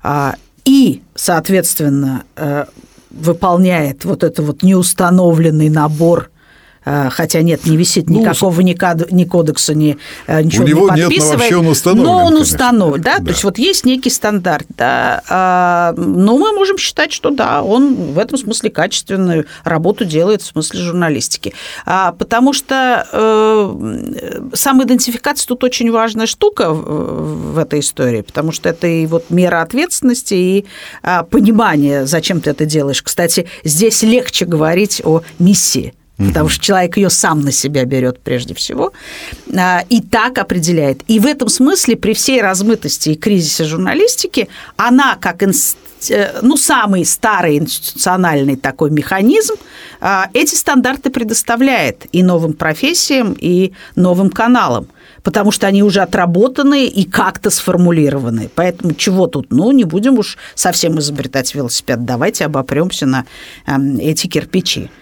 S1: и, соответственно, выполняет вот этот вот неустановленный набор, хотя нет, не висит никакого ну, ни кодекса, ни ничего не подписывает. У него нет, но вообще он установлен. Но он установлен, да? Да. То есть вот есть некий стандарт, да. Но мы можем считать, что да, он в этом смысле качественную работу делает в смысле журналистики. Потому что самоидентификация тут очень важная штука в этой истории, потому что это и вот мера ответственности, и понимание, зачем ты это делаешь. Кстати, здесь легче говорить о миссии, потому что человек ее сам на себя берет прежде всего и так определяет. И в этом смысле при всей размытости и кризисе журналистики она как ну, самый старый институциональный такой механизм эти стандарты предоставляет и новым профессиям, и новым каналам, потому что они уже отработаны и как-то сформулированы. Поэтому чего тут? Ну, не будем уж совсем изобретать велосипед, давайте обопрёмся на эти кирпичи.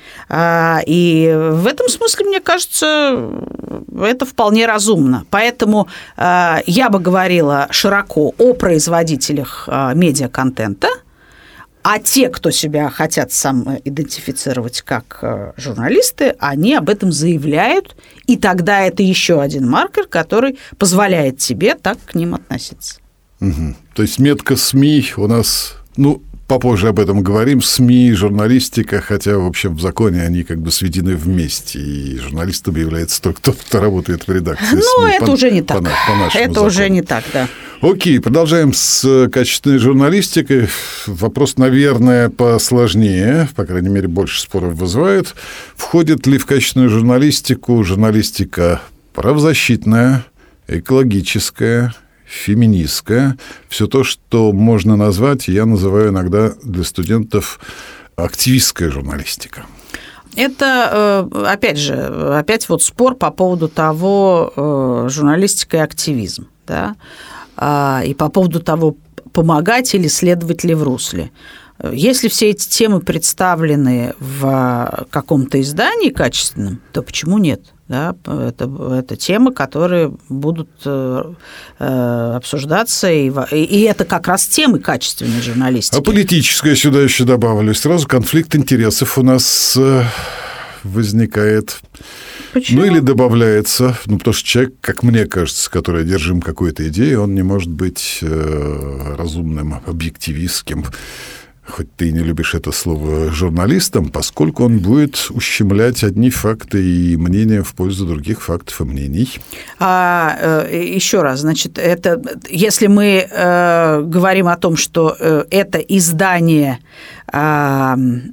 S1: И в этом смысле, мне кажется, это вполне разумно. Поэтому я бы говорила широко о производителях медиаконтента, а те, кто себя хотят самоидентифицировать как журналисты, они об этом заявляют, и тогда это еще один маркер, который позволяет тебе так к ним относиться.
S2: Угу. То есть метка СМИ у нас, ну, попозже об этом говорим, СМИ, журналистика, хотя, в общем, в законе они как бы сведены вместе, и журналистом является только тот, кто работает в редакции
S1: ну,
S2: СМИ.
S1: это
S2: по,
S1: уже не
S2: по,
S1: так.
S2: По, по нашему
S1: это
S2: закону.
S1: уже не так, да.
S2: Окей, продолжаем с качественной журналистикой. Вопрос, наверное, посложнее, по крайней мере, больше споров вызывает. Входит ли в качественную журналистику журналистика правозащитная, экологическая, феминистская, все то, что можно назвать, я называю иногда для студентов активистская журналистика?
S1: Это, опять же, опять вот спор по поводу того, журналистика и активизм, да, и по поводу того, помогать или следовать ли в русле. Если все эти темы представлены в каком-то издании качественном, то почему нет? Да, это, это темы, которые будут э, обсуждаться, и, и это как раз темы качественной журналистики.
S2: А политическое сюда еще добавлю. Сразу конфликт интересов у нас возникает.
S1: Почему?
S2: Ну, или добавляется, ну, потому что человек, как мне кажется, который одержим какой-то идеей, он не может быть э, разумным, объективистским, хоть ты и не любишь это слово, журналистом, поскольку он будет ущемлять одни факты и мнения в пользу других фактов и мнений.
S1: А, еще раз, значит, это, если мы э, говорим о том, что э, это издание э,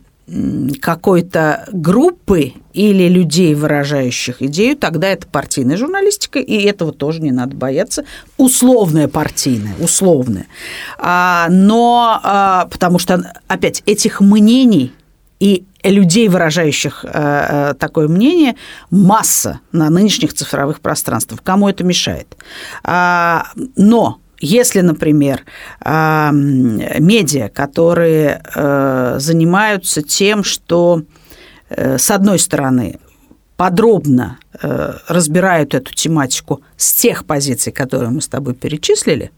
S1: какой-то группы или людей, выражающих идею, тогда это партийная журналистика, и этого тоже не надо бояться. Условная партийная, условная. А, но, а, потому что, опять, этих мнений и людей, выражающих а, такое мнение, масса на нынешних цифровых пространствах. Кому это мешает? А, но... Если, например, медиа, которые занимаются тем, что, с одной стороны, подробно разбирают эту тематику с тех позиций, которые мы с тобой перечислили,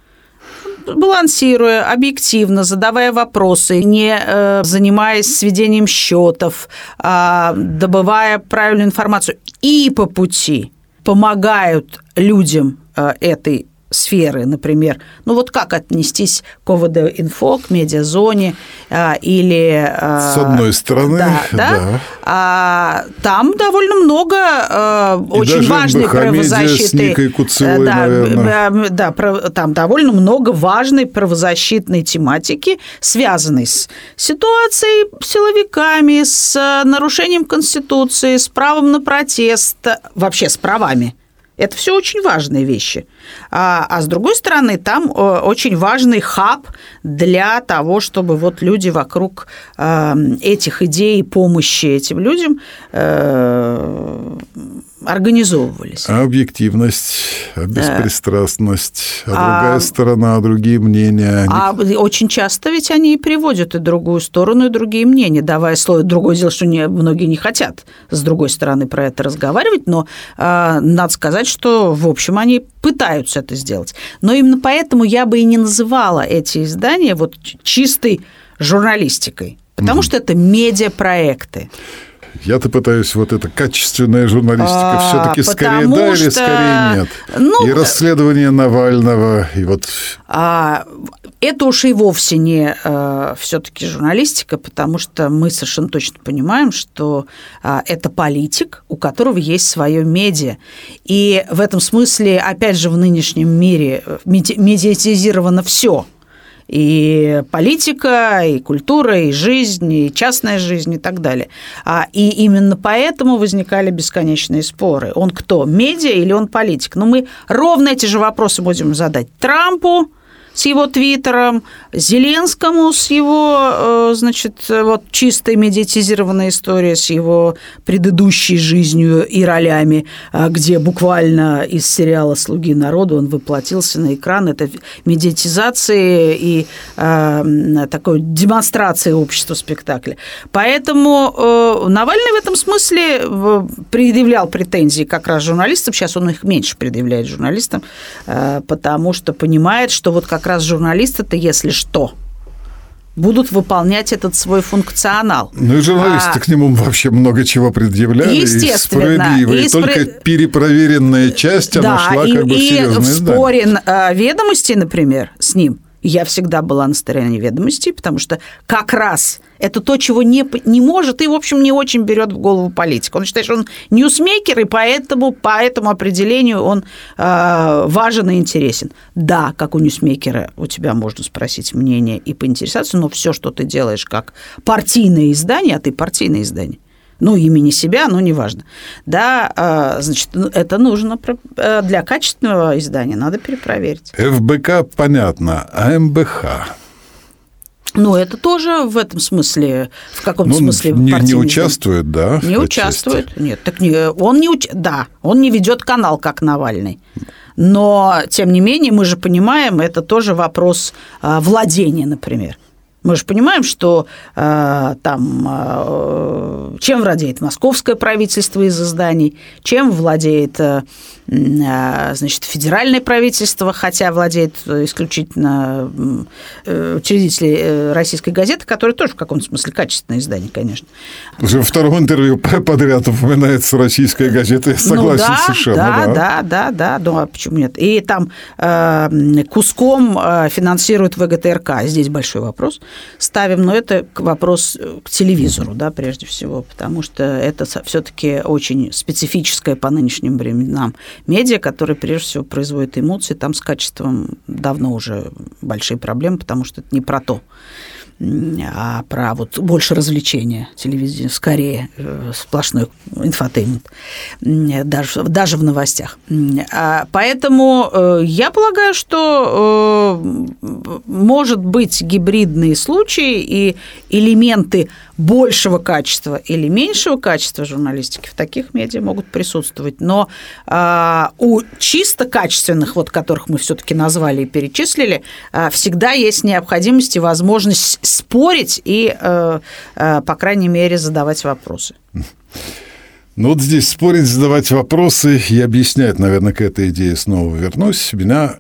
S1: балансируя, объективно, задавая вопросы, не занимаясь сведением счетов, добывая правильную информацию, и по пути помогают людям этой сферы, например, ну вот как отнестись к ОВД-инфо, к медиазоне а, или... А,
S2: с одной стороны,
S1: да, да,
S2: да.
S1: А, там довольно много а, очень важной правозащиты. Да, да, там довольно много важной правозащитной тематики, связанной с ситуацией с силовиками, с нарушением Конституции, с правом на протест, вообще с правами. Это все очень важные вещи. А, а с другой стороны, там очень важный хаб для того, чтобы вот люди вокруг э, этих идей помощи этим людям э, организовывались.
S2: А объективность, а беспристрастность, а, а другая
S1: а,
S2: сторона, а другие мнения.
S1: А они... очень часто ведь они и приводят и другую сторону, и другие мнения, давая слово. Другое дело, что не, многие не хотят с другой стороны про это разговаривать, но э, надо сказать, что, в общем, они пытаются это сделать. Но именно поэтому я бы и не называла эти издания вот чистой журналистикой, потому угу. что это медиапроекты.
S2: Я-то пытаюсь вот это качественная журналистика а, все-таки скорее да что... или скорее нет. Ну, и расследование Навального, и вот...
S1: А, это уж и вовсе не а, все-таки журналистика, потому что мы совершенно точно понимаем, что а, это политик, у которого есть свое медиа. И в этом смысле, опять же, в нынешнем мире меди- медиатизировано все. И политика, и культура, и жизнь, и частная жизнь, и так далее. И именно поэтому возникали бесконечные споры. Он кто, медиа или он политик? Но мы ровно эти же вопросы будем задать Трампу с его твиттером, Зеленскому с его, значит, вот чистой медиатизированной историей, с его предыдущей жизнью и ролями, где буквально из сериала «Слуги народа» он воплотился на экран. Это медиатизация и э, такой демонстрация общества спектакля. Поэтому э, Навальный в этом смысле предъявлял претензии как раз журналистам. Сейчас он их меньше предъявляет журналистам, э, потому что понимает, что вот как как раз журналист – это, если что, будут выполнять этот свой функционал.
S2: Ну и журналисты а, к нему вообще много чего предъявляли.
S1: Естественно.
S2: И справедливо. И, и только спр... перепроверенная часть, она
S1: да,
S2: шла
S1: и,
S2: как бы в серьезное
S1: издание. И в споре
S2: издание.
S1: «Ведомостей», например, с ним, я всегда была на стороне «Ведомостей», потому что как раз это то, чего не, не может и, в общем, не очень берет в голову политик. Он считает, что он ньюсмейкер, и поэтому по этому определению он э, важен и интересен. Да, как у ньюсмейкера у тебя можно спросить мнение и поинтересоваться, но все, что ты делаешь как партийное издание, а ты партийное издание, ну, имени себя, но неважно. Да, значит, это нужно для качественного издания, надо перепроверить.
S2: эф бэ ка понятно, а эм бэ ха?
S1: Ну, это тоже в этом смысле, в каком-то
S2: ну,
S1: смысле
S2: не, не участвует, да?
S1: Не участвует, части? Нет. Так не, он не уч... Да, он не ведет канал, как Навальный. Но, тем не менее, мы же понимаем, это тоже вопрос владения, например. Мы же понимаем, что э, там э, чем владеет московское правительство из изданий, чем владеет э, э, значит, федеральное правительство, хотя владеет исключительно э, учредители российской газеты, которая тоже в каком-то смысле качественное издание, конечно.
S2: Уже во втором интервью подряд упоминается российская газета, я согласен
S1: ну, да,
S2: совершенно.
S1: Да,
S2: да,
S1: да, да, да, ну а почему нет? И там э, куском финансирует вэ гэ тэ эр ка, здесь большой вопрос. Ставим, но это вопрос к телевизору, да, прежде всего, потому что это все-таки очень специфическое по нынешним временам медиа, которое, прежде всего, производит эмоции, там с качеством давно уже большие проблемы, потому что это не про то, а про вот больше развлечения, телевидение, скорее сплошной инфотеймент, даже, даже в новостях. Поэтому я полагаю, что может быть гибридные случаи и элементы большего качества или меньшего качества журналистики в таких медиа могут присутствовать. Но у чисто качественных, вот которых мы все-таки назвали и перечислили, всегда есть необходимость и возможность спорить и, по крайней мере, задавать вопросы.
S2: Ну вот здесь спорить, задавать вопросы и объяснять, наверное, к этой идее снова вернусь. Меня,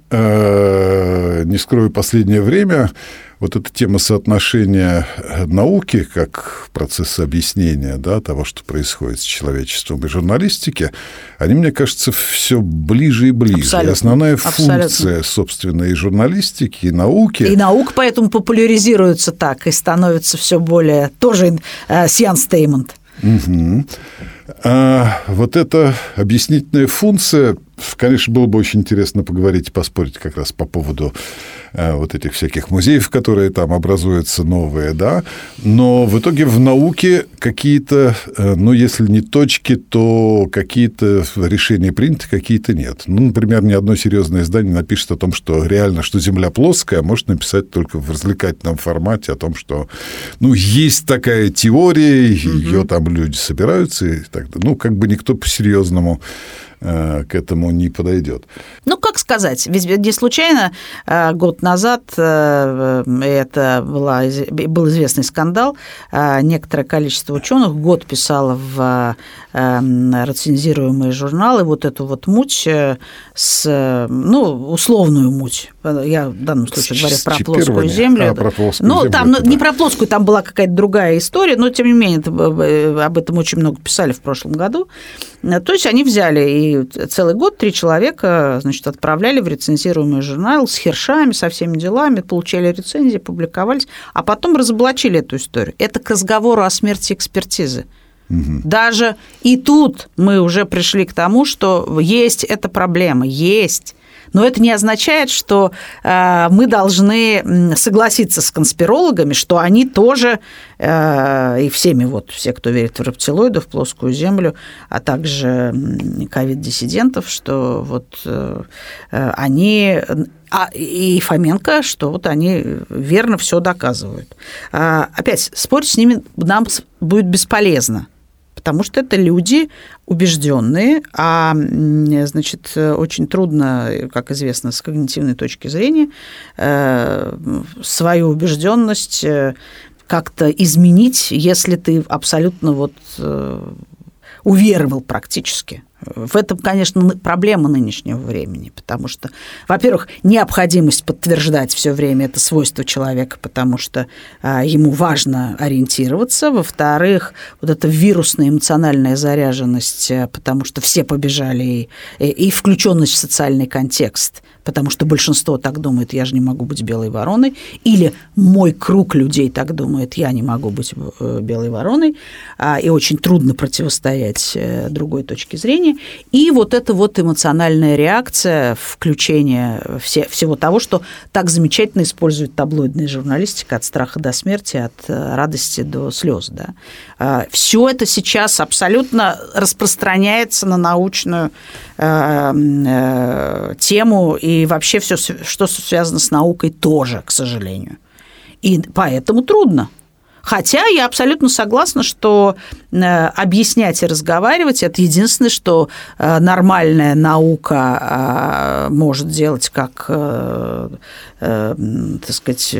S2: э, не скрою, последнее время вот эта тема соотношения науки как процесса объяснения, да, того, что происходит с человечеством, и журналистики, они, мне кажется, все ближе и ближе.
S1: Абсолютно.
S2: И основная
S1: Абсолютно.
S2: функция, собственно, и журналистики, и науки...
S1: И наука поэтому популяризируется так и становится все более тоже science-tainment.
S2: Угу. А вот эта объяснительная функция, конечно, было бы очень интересно поговорить и поспорить как раз по поводу а, вот этих всяких музеев, которые там образуются новые, да, но в итоге в науке какие-то, ну, если не точки, то какие-то решения приняты, какие-то нет. Ну, например, ни одно серьезное издание напишет о том, что реально, что Земля плоская, а может написать только в развлекательном формате о том, что, ну, есть такая теория, mm-hmm. ее там люди собираются и так далее. Ну, как бы никто по-серьезному к этому не подойдет.
S1: Ну, как сказать, ведь не случайно год назад это была, был известный скандал, некоторое количество ученых год писало в рецензируемые журналы вот эту вот муть с, ну, условную муть. Я в данном случае говорю про плоскую землю.
S2: А, про плоскую
S1: ну,
S2: землю,
S1: там,
S2: это,
S1: не
S2: да.
S1: про плоскую, там была какая-то другая история, но, тем не менее, об этом очень много писали в прошлом году. То есть они взяли и целый год три человека, значит, отправляли в рецензируемый журнал с хершами, со всеми делами, получали рецензии, публиковались, а потом разоблачили эту историю. Это к разговору о смерти экспертизы. Угу. Даже и тут мы уже пришли к тому, что есть эта проблема, есть. Но это не означает, что э, мы должны согласиться с конспирологами, что они тоже, э, и всеми, вот, все, кто верит в рептилоидов, в плоскую землю, а также ковид-диссидентов, что вот э, они... А и Фоменко, что вот они верно все доказывают. А, опять, спорить с ними нам будет бесполезно. Потому что это люди убежденные, а, значит, очень трудно, как известно, с когнитивной точки зрения, свою убежденность как-то изменить, если ты абсолютно вот уверовал практически В этом, конечно, проблема нынешнего времени, потому что, во-первых, необходимость подтверждать все время это свойство человека, потому что а, ему важно ориентироваться. Во-вторых, вот эта вирусная эмоциональная заряженность, потому что все побежали, и, и включенность в социальный контекст, потому что большинство так думает, я же не могу быть белой вороной, или мой круг людей так думает, я не могу быть белой вороной, а, и очень трудно противостоять другой точке зрения. И вот эта вот эмоциональная реакция, включение все, всего того, что так замечательно использует таблоидная журналистика от страха до смерти, от радости до слез. Да. Все это сейчас абсолютно распространяется на научную э, э, тему, и вообще все, что связано с наукой, тоже, к сожалению. И поэтому трудно. Хотя я абсолютно согласна, что объяснять и разговаривать – это единственное, что нормальная наука может делать, как, так сказать,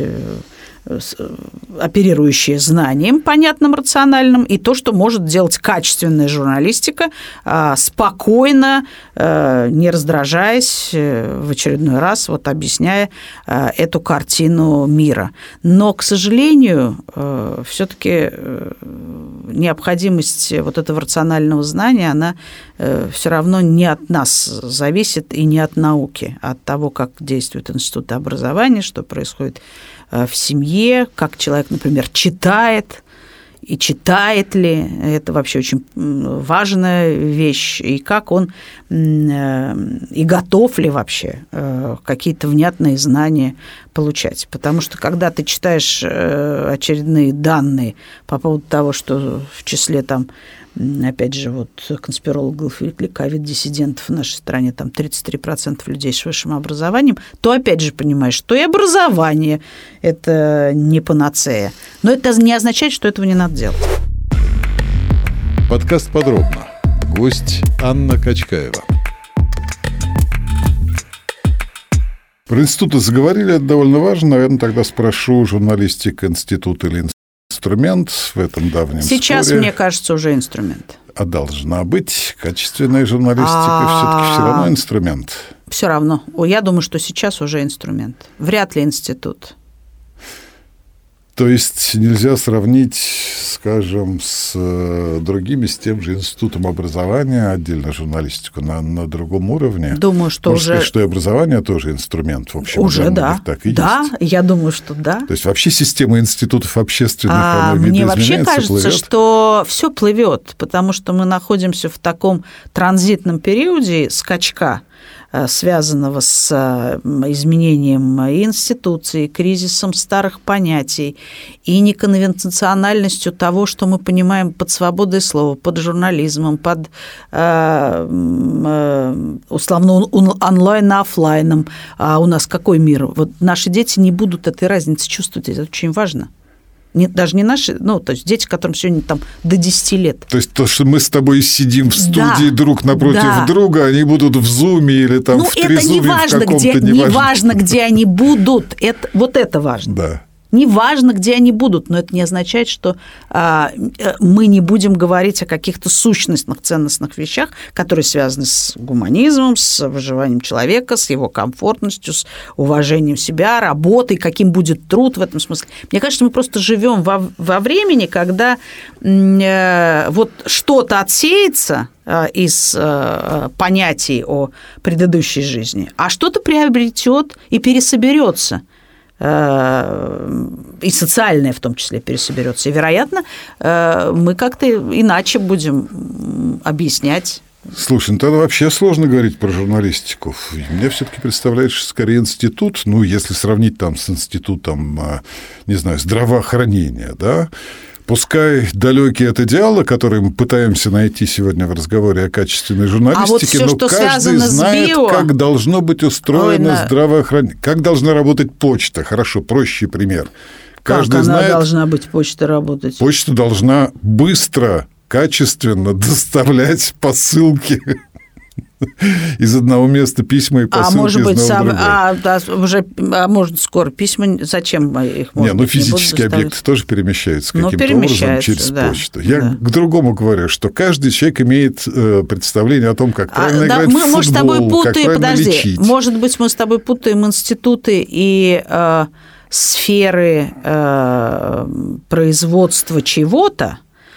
S1: оперирующие знанием понятным, рациональным, и то, что может делать качественная журналистика, спокойно, не раздражаясь в очередной раз, вот объясняя эту картину мира. Но, к сожалению, все-таки необходимость вот этого рационального знания, она все равно не от нас зависит и не от науки, а от того, как действует институт образования, что происходит в семье, как человек, например, читает, и читает ли, это вообще очень важная вещь, и как он, и готов ли вообще какие-то внятные знания получать. Потому что, когда ты читаешь очередные данные по поводу того, что в числе там, опять же, вот конспирологов или ковид-диссидентов в нашей стране там тридцать три процента людей с высшим образованием, то опять же понимаешь, что и образование – это не панацея. Но это не означает, что этого не надо делать.
S3: Подкаст «Подробно». Гость Анна Качкаева.
S2: Про институты заговорили, это довольно важно. Наверное, тогда спрошу, журналистика, институт или инструмент в этом давнем
S1: Сейчас,
S2: споре.
S1: Мне кажется, уже инструмент.
S2: А должна быть качественная журналистика
S1: А...
S2: все-таки все равно инструмент?
S1: Все равно. Я думаю, что сейчас уже инструмент. Вряд ли институт.
S2: То есть нельзя сравнить, скажем, с другими, с тем же институтом образования, отдельно журналистику на, на другом уровне?
S1: Думаю, что
S2: Можно
S1: уже...
S2: сказать, что и образование тоже инструмент, в общем.
S1: Уже, да.
S2: Так и
S1: да,
S2: есть.
S1: Я думаю, что да.
S2: То есть вообще система институтов общественных,
S1: а,
S2: она
S1: мне вообще кажется,
S2: плывет?
S1: что все плывет, потому что мы находимся в таком транзитном периоде скачка, связанного с изменением институций, кризисом старых понятий и неконвенциональностью того, что мы понимаем под свободой слова, под журнализмом, под условно онлайн-офлайном. А у нас какой мир? Вот наши дети не будут этой разницы чувствовать, это очень важно. Не, даже не наши, ну, то есть дети, которым сегодня там до десяти лет.
S2: То есть то, что мы с тобой сидим в студии да, друг напротив да. друга, они будут в зуме или там
S1: ну,
S2: в трезуме, в каком-то...
S1: Где,
S2: не
S1: не важно, где они будут, это, вот это важно.
S2: Да.
S1: Неважно, где они будут, но это не означает, что а, мы не будем говорить о каких-то сущностных, ценностных вещах, которые связаны с гуманизмом, с выживанием человека, с его комфортностью, с уважением себя, работой, каким будет труд в этом смысле. Мне кажется, мы просто живем во, во времени, когда э, вот что-то отсеется из э, понятий о предыдущей жизни, а что-то приобретет и пересоберется. И социальное в том числе пересоберется. И, вероятно, мы как-то иначе будем объяснять.
S2: Слушай, ну тогда вообще сложно говорить про журналистику. Мне все-таки представляется, что скорее институт, ну, если сравнить там с институтом, не знаю, здравоохранения, да, пускай далекий от идеала, который мы пытаемся найти сегодня в разговоре о качественной журналистике, а вот все, но каждый знает, био... как должно быть устроено Ой, здравоохранение, как должна работать почта. Хорошо, проще пример. Каждый
S1: как
S2: знает,
S1: она должна быть, почта работать?
S2: Почта должна быстро, качественно доставлять посылки из одного места письма и посылки
S1: а может быть,
S2: из одного
S1: сам, а, да, уже, а может, скоро письма, зачем их можно?
S2: Не, ну физические не объекты тоже перемещаются каким-то ну, перемещаются, образом через да, почту. Я да. к другому говорю, что каждый человек имеет э, представление о том, как правильно а, играть да, мы, в футбол, может, с тобой путаем, как правильно подожди, лечить. Может
S1: быть, мы с тобой путаем институты и э, сферы э, производства чего-то,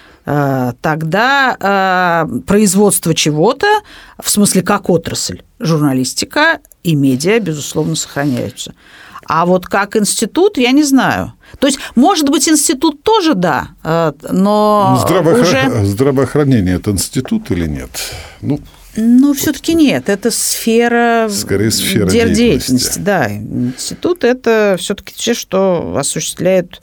S1: тогда э, производство чего-то, в смысле как отрасль, журналистика и медиа, безусловно, сохраняются. А вот как институт, я не знаю. То есть, может быть, институт тоже, да, но
S2: Здравоохра...
S1: уже...
S2: Здравоохранение – это институт или нет? Ну,
S1: ну все-таки нет, это сфера,
S2: скорее сфера
S1: деятельности.
S2: деятельности.
S1: Да, институт – это все-таки те, что осуществляют,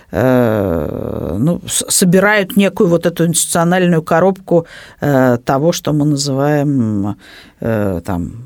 S1: э, ну, собирают некую вот эту институциональную коробку э, того, что мы называем э, там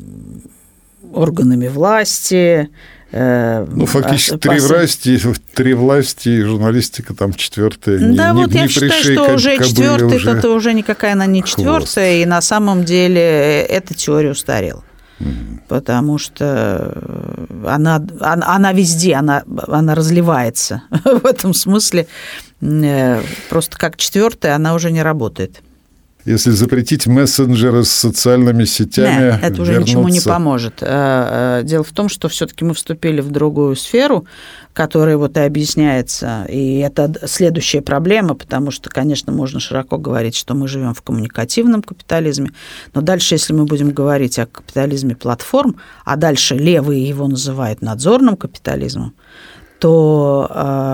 S1: органами власти.
S2: Ну, фактически три власти, три власти, и журналистика там четвертая.
S1: Да, не, вот не, я не считаю, что
S2: как,
S1: уже четвертая, это уже никакая она не четвертая, и на самом деле эта теория устарела. Mm-hmm. Потому что она, она, она везде, она, она разливается. В этом смысле просто как четвертая она уже не работает.
S2: Если запретить мессенджеры с социальными сетями,
S1: нет, это уже
S2: вернуться...
S1: ничему не поможет. Дело в том, что все-таки мы вступили в другую сферу, которая вот и объясняется. И это следующая проблема, потому что, конечно, можно широко говорить, что мы живем в коммуникативном капитализме, но дальше, если мы будем говорить о капитализме платформ, а дальше левые его называют надзорным капитализмом, то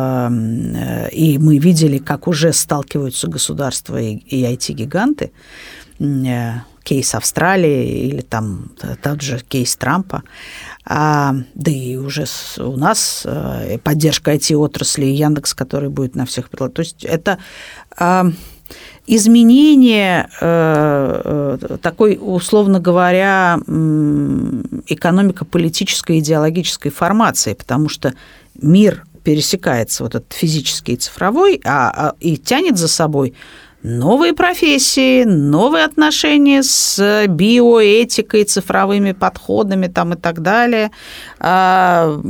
S1: э, и мы видели, как уже сталкиваются государства и, и ай ти-гиганты, э, кейс Австралии или там тот же кейс Трампа, а, да и уже у нас э, поддержка ай ти-отрасли и Яндекс, который будет на всех предлагать. То есть это э, изменение э, э, такой, условно говоря, экономико-политической идеологической формации, потому что мир пересекается, вот этот физический и цифровой, а, а, и тянет за собой новые профессии, новые отношения с биоэтикой, цифровыми подходами там, и так далее, а,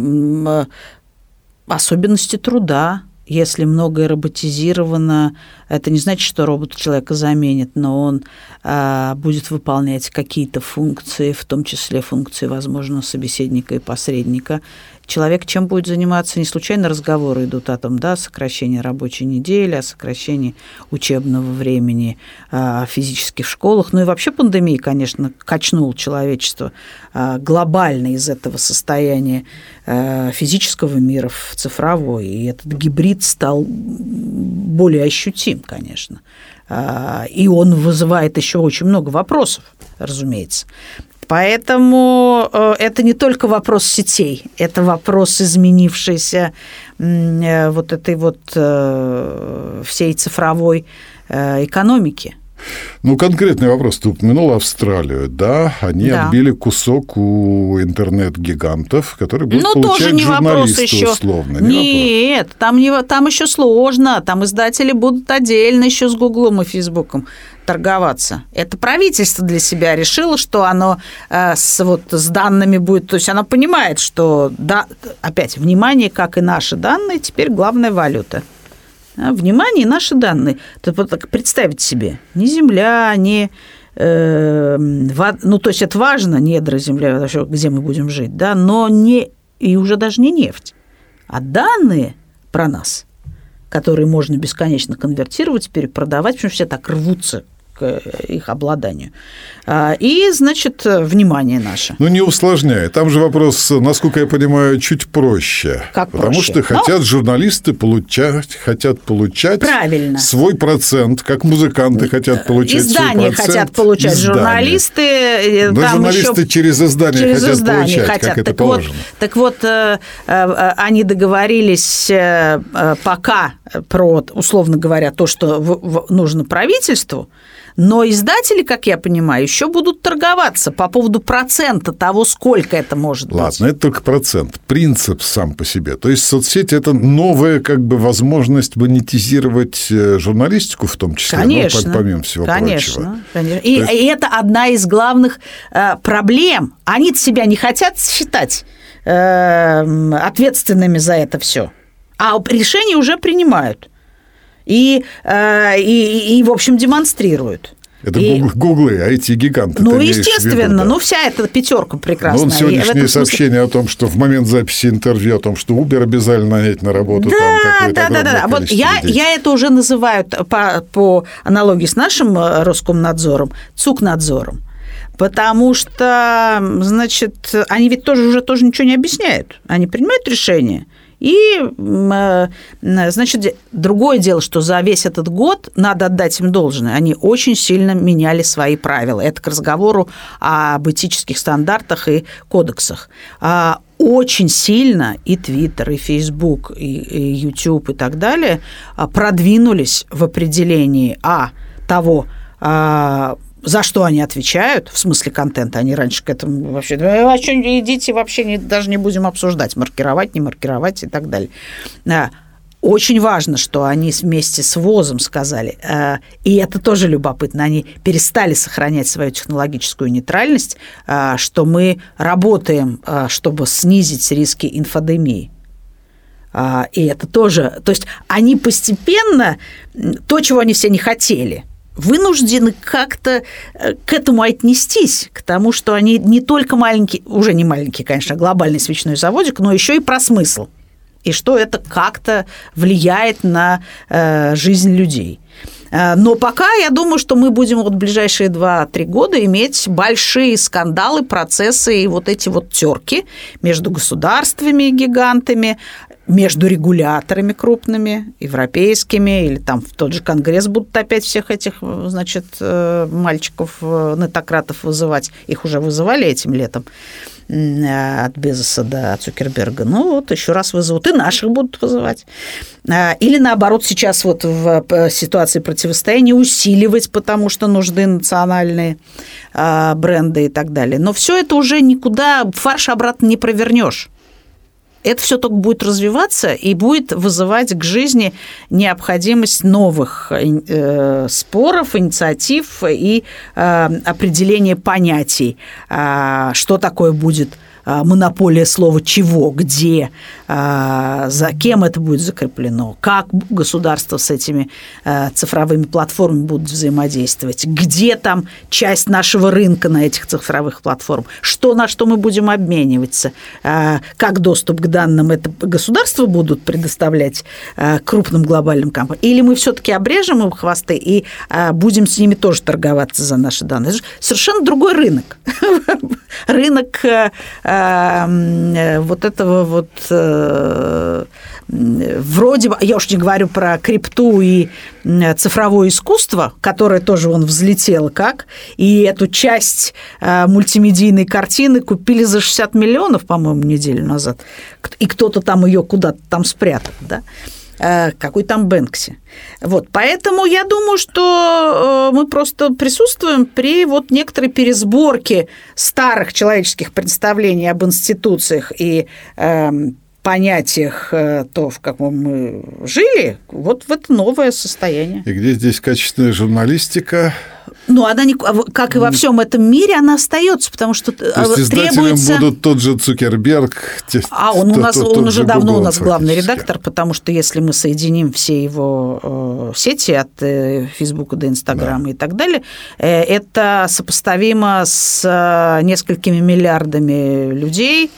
S1: особенности труда. Если многое роботизировано, это не значит, что робот человека заменит, но он а, будет выполнять какие-то функции, в том числе функции, возможно, собеседника и посредника. Человек чем будет заниматься? Не случайно разговоры идут о том, да, сокращении рабочей недели, о сокращении учебного времени а, физически в школах. Ну и вообще пандемия, конечно, качнула человечество а, глобально из этого состояния а, физического мира в цифровой. И этот гибрид стал более ощутим, конечно. А, и он вызывает еще очень много вопросов, разумеется. Поэтому это не только вопрос сетей, это вопрос изменившейся вот этой вот всей цифровой экономики.
S2: Ну, конкретный вопрос. Ты упомянула Австралию, да? Они да. отбили кусок у интернет-гигантов, которые будут ну, получать тоже не журналисты еще. Условно.
S1: Не Нет, там, не, там еще сложно. Там издатели будут отдельно еще с Гуглом и Фейсбуком торговаться. Это правительство для себя решило, что оно э, с, вот, с данными будет... То есть оно понимает, что, да, опять, внимание, как и наши данные, теперь главная валюта. Внимание, наши данные. Представить себе, ни земля, ни... Э, вод, ну, то есть это важно, недра земля, где мы будем жить, да, но не... И уже даже не нефть, а данные про нас, которые можно бесконечно конвертировать, перепродавать, потому что все так рвутся к их обладанию. И, значит, внимание наше.
S2: Ну, не усложняй. Там же вопрос, насколько я понимаю, чуть проще.
S1: Как
S2: Потому
S1: проще?
S2: что хотят Но... журналисты получать, хотят получать
S1: Правильно.
S2: свой процент, как музыканты хотят получать
S1: издания
S2: свой процент.
S1: Хотят получать
S2: издания.
S1: Журналисты.
S2: Да, журналисты еще... через издания
S1: через
S2: хотят
S1: издания
S2: получать,
S1: хотят.
S2: как это
S1: так
S2: положено.
S1: Вот, так вот, они договорились пока про, условно говоря, то, что нужно правительству, Но издатели, как я понимаю, еще будут торговаться по поводу процента того, сколько это может
S2: Ладно,
S1: быть.
S2: Ладно, это только процент. Принцип сам по себе. То есть соцсети – это новая как бы возможность монетизировать журналистику в том числе,
S1: конечно,
S2: ну, помимо всего
S1: конечно,
S2: прочего.
S1: Конечно. И,
S2: есть...
S1: и это одна из главных э, проблем. Они себя не хотят считать э, ответственными за это все, а решения уже принимают. И, и, и, в общем, демонстрируют.
S2: Это
S1: и...
S2: гуглы, ай ти-гиганты.
S1: Ну, естественно, виду, да. ну, вся эта пятерка прекрасная.
S2: Ну, сегодняшнее сообщение
S1: смысле...
S2: о том, что в момент записи интервью, о том, что Uber обязали нанять на работу
S1: да,
S2: там
S1: да, да, да. Вот я, я это уже называю по, по аналогии с нашим Роскомнадзором цукнадзором. Потому что, значит, они ведь тоже уже тоже ничего не объясняют. Они принимают решение. И, значит, другое дело, что за весь этот год, надо отдать им должное, они очень сильно меняли свои правила. Это к разговору об этических стандартах и кодексах. Очень сильно и Твиттер, и Фейсбук, и Ютуб и так далее продвинулись в определении а, того, за что они отвечают, в смысле контента, они раньше к этому вообще... А что, идите, вообще не, даже не будем обсуждать, маркировать, не маркировать и так далее. Очень важно, что они вместе с ВОЗом сказали, и это тоже любопытно, они перестали сохранять свою технологическую нейтральность, что мы работаем, чтобы снизить риски инфодемии. И это тоже... То есть они постепенно... То, чего они все не хотели... вынуждены как-то к этому отнестись, к тому, что они не только маленький, уже не маленький, конечно, глобальный свечной заводик, но еще и про смысл, и что это как-то влияет на э, жизнь людей. Но пока я думаю, что мы будем вот в ближайшие два-три года иметь большие скандалы, процессы и вот эти вот терки между государствами, гигантами, между регуляторами крупными, европейскими, или там в тот же Конгресс будут опять всех этих, значит, мальчиков, нетократов вызывать. Их уже вызывали этим летом от Безоса до Цукерберга. Ну, вот еще раз вызовут. И наших будут вызывать. Или, наоборот, сейчас вот в ситуации противостояния усиливать, потому что нужны национальные бренды и так далее. Но все это уже никуда, фарш обратно не провернешь. Это все только будет развиваться и будет вызывать к жизни необходимость новых э, споров, инициатив и э, определения понятий, э, что такое будет монополия слова чего, где, за кем это будет закреплено, как государство с этими цифровыми платформами будут взаимодействовать, где там часть нашего рынка на этих цифровых платформах, что, на что мы будем обмениваться, как доступ к данным это государства будут предоставлять крупным глобальным компаниям, или мы все-таки обрежем им хвосты и будем с ними тоже торговаться за наши данные. Это совершенно другой рынок. Рынок вот этого вот вроде бы, я уж не говорю про крипту и цифровое искусство, которое тоже вон взлетело как, и эту часть мультимедийной картины купили за шестьдесят миллионов, по-моему, неделю назад, и кто-то там ее куда-то там спрятал, да? Какой там Бэнкси. Вот, поэтому я думаю, что мы просто присутствуем при вот некоторой пересборке старых человеческих представлений об институциях и э, понятиях, то, в каком мы жили, вот в это новое состояние.
S2: И где здесь качественная журналистика?
S1: Ну, она, не, как и во всем этом мире, она остается, потому что
S2: то есть
S1: требуется...
S2: издателем будут тот же Цукерберг. Те,
S1: а он,
S2: тот,
S1: у нас,
S2: тот,
S1: он
S2: тот
S1: уже давно
S2: Google,
S1: у нас главный редактор, потому что если мы соединим все его сети от Фейсбука до Инстаграма да. и так далее, это сопоставимо с несколькими миллиардами людей,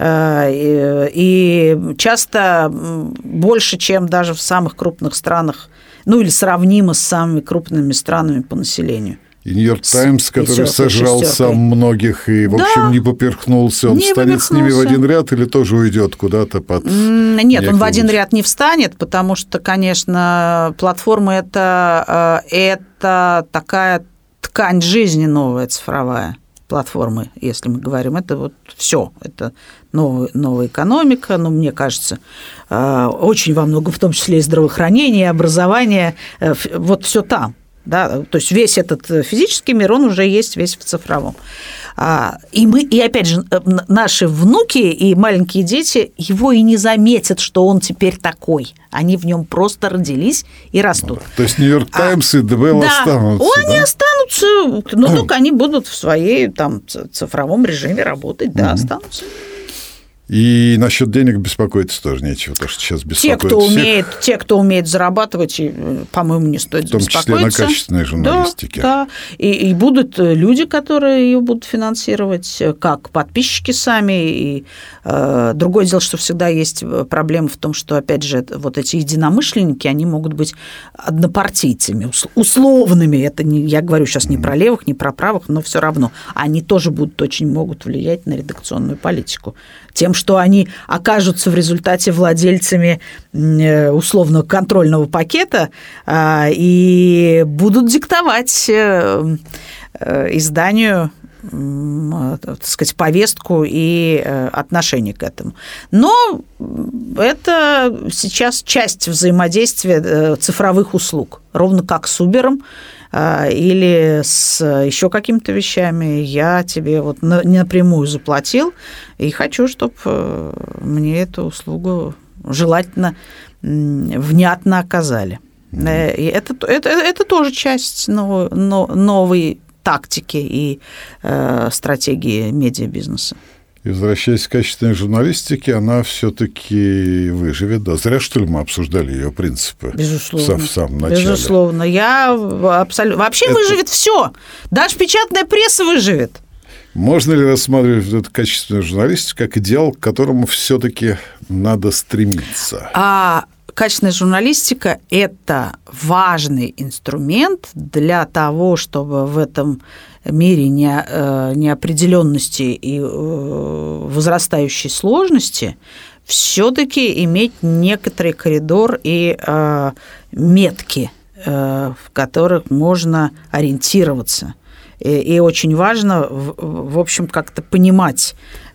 S1: и часто больше, чем даже в самых крупных странах, ну или сравнимо с самыми крупными странами по населению.
S2: И Нью-Йорк Таймс, который сожрал сам многих и, в да, общем, не поперхнулся, он не встанет с ними в один ряд или тоже уйдет куда-то под...
S1: Нет, он в один ряд не встанет, потому что, конечно, платформа это, это такая ткань жизни новая, цифровая. Платформы, если мы говорим, это вот все, это новая, новая экономика, но мне кажется, очень во многом, в том числе и здравоохранение, и образование, вот все там. Да? То есть весь этот физический мир, он уже есть весь в цифровом. И мы, и опять же, наши внуки и маленькие дети его и не заметят, что он теперь такой. Они в нем просто родились и растут.
S2: То есть Нью-Йорк Таймс а, и ДВЛ
S1: да,
S2: останутся.
S1: Они да? останутся, ну, а. только они будут в своей там цифровом режиме работать, да, угу. останутся.
S2: И насчет денег беспокоиться тоже нечего, то, что сейчас беспокоит
S1: те, кто
S2: всех.
S1: умеет, те, кто умеет зарабатывать, и, по-моему, не стоит беспокоиться.
S2: В том числе на качественной журналистике.
S1: Да, да. И, и будут люди, которые ее будут финансировать, как подписчики сами. И э, другое дело, что всегда есть проблема в том, что, опять же, вот эти единомышленники, они могут быть однопартийцами, условными. Это не, я говорю сейчас не про левых, не про правых, но все равно. Они тоже будут очень могут влиять на редакционную политику. Тем, что они окажутся в результате владельцами условного контрольного пакета и будут диктовать изданию, так сказать, повестку и отношение к этому. Но это сейчас часть взаимодействия цифровых услуг, ровно как с Uber'ом или с еще какими-то вещами. Я тебе вот напрямую заплатил и хочу, чтобы мне эту услугу желательно внятно оказали. Mm-hmm. И это, это, это тоже часть новой, новой тактики и э, стратегии медиабизнеса.
S2: И возвращаясь к качественной журналистике, она все-таки выживет. Да, зря, что ли, мы обсуждали ее принципы.
S1: Безусловно.
S2: В самом начале.
S1: Безусловно. Я абсолютно... Вообще это... выживет все. Даже печатная пресса выживет.
S2: Можно ли рассматривать эту качественную журналистику как идеал, к которому все-таки надо стремиться?
S1: А качественная журналистика – это важный инструмент для того, чтобы в этом мире неопределенности и возрастающей сложности все-таки иметь некоторый коридор и метки, в которых можно ориентироваться. И, и очень важно, в, в общем, как-то понимать,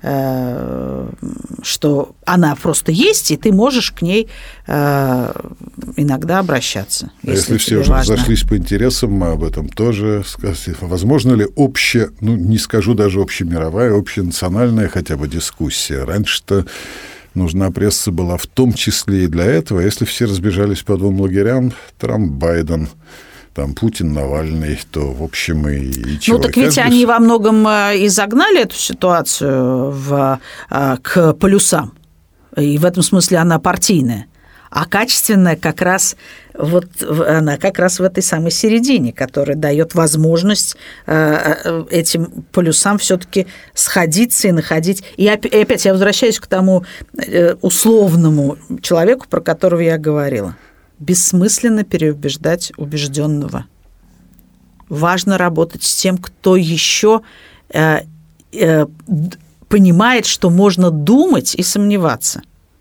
S1: э, что она просто есть, и ты можешь к ней э, иногда обращаться.
S2: А если, если все уже важно. Разошлись по интересам, мы об этом тоже сказали. Возможно ли общая, ну, не скажу даже общемировая, общенациональная хотя бы дискуссия? Раньше-то нужна пресса была в том числе и для этого. Если все разбежались по двум лагерям, Трамп, Байден, там Путин, Навальный, то, в общем, и, и чего.
S1: Ну, так ведь
S2: Каждый...
S1: они во многом и загнали эту ситуацию в, к полюсам. И в этом смысле она партийная. А качественная как раз, вот, она как раз в этой самой середине, которая дает возможность этим полюсам все-таки сходиться и находить. И опять я возвращаюсь к тому условному человеку, про которого я говорила. Бессмысленно переубеждать убежденного. Важно работать с тем, кто еще э, э, понимает, что можно думать и сомневаться.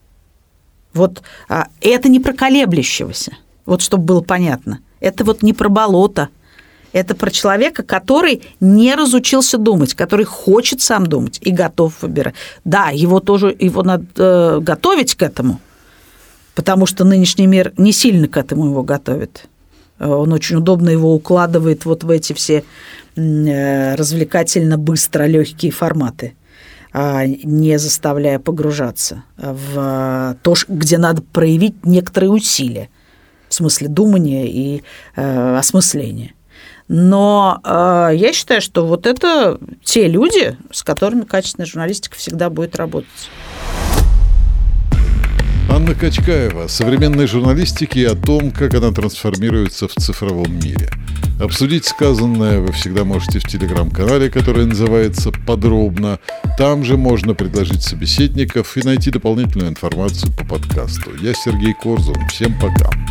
S1: Вот э, это не про колеблющегося, вот чтобы было понятно. Это вот не про болото. Это про человека, который не разучился думать, который хочет сам думать и готов выбирать. Да, его тоже его надо э, готовить к этому. Потому что нынешний мир не сильно к этому его готовит. Он очень удобно его укладывает вот в эти все развлекательно, быстро, легкие форматы, не заставляя погружаться в то, где надо проявить некоторые усилия в смысле думания и осмысления. Но я считаю, что вот это те люди, с которыми качественная журналистика всегда будет работать.
S3: Анна Качкаева о современной журналистике и о том, как она трансформируется в цифровом мире. Обсудить сказанное вы всегда можете в телеграм-канале, который называется «Подробно». Там же можно предложить собеседников и найти дополнительную информацию по подкасту. Я Сергей Корзун. Всем пока.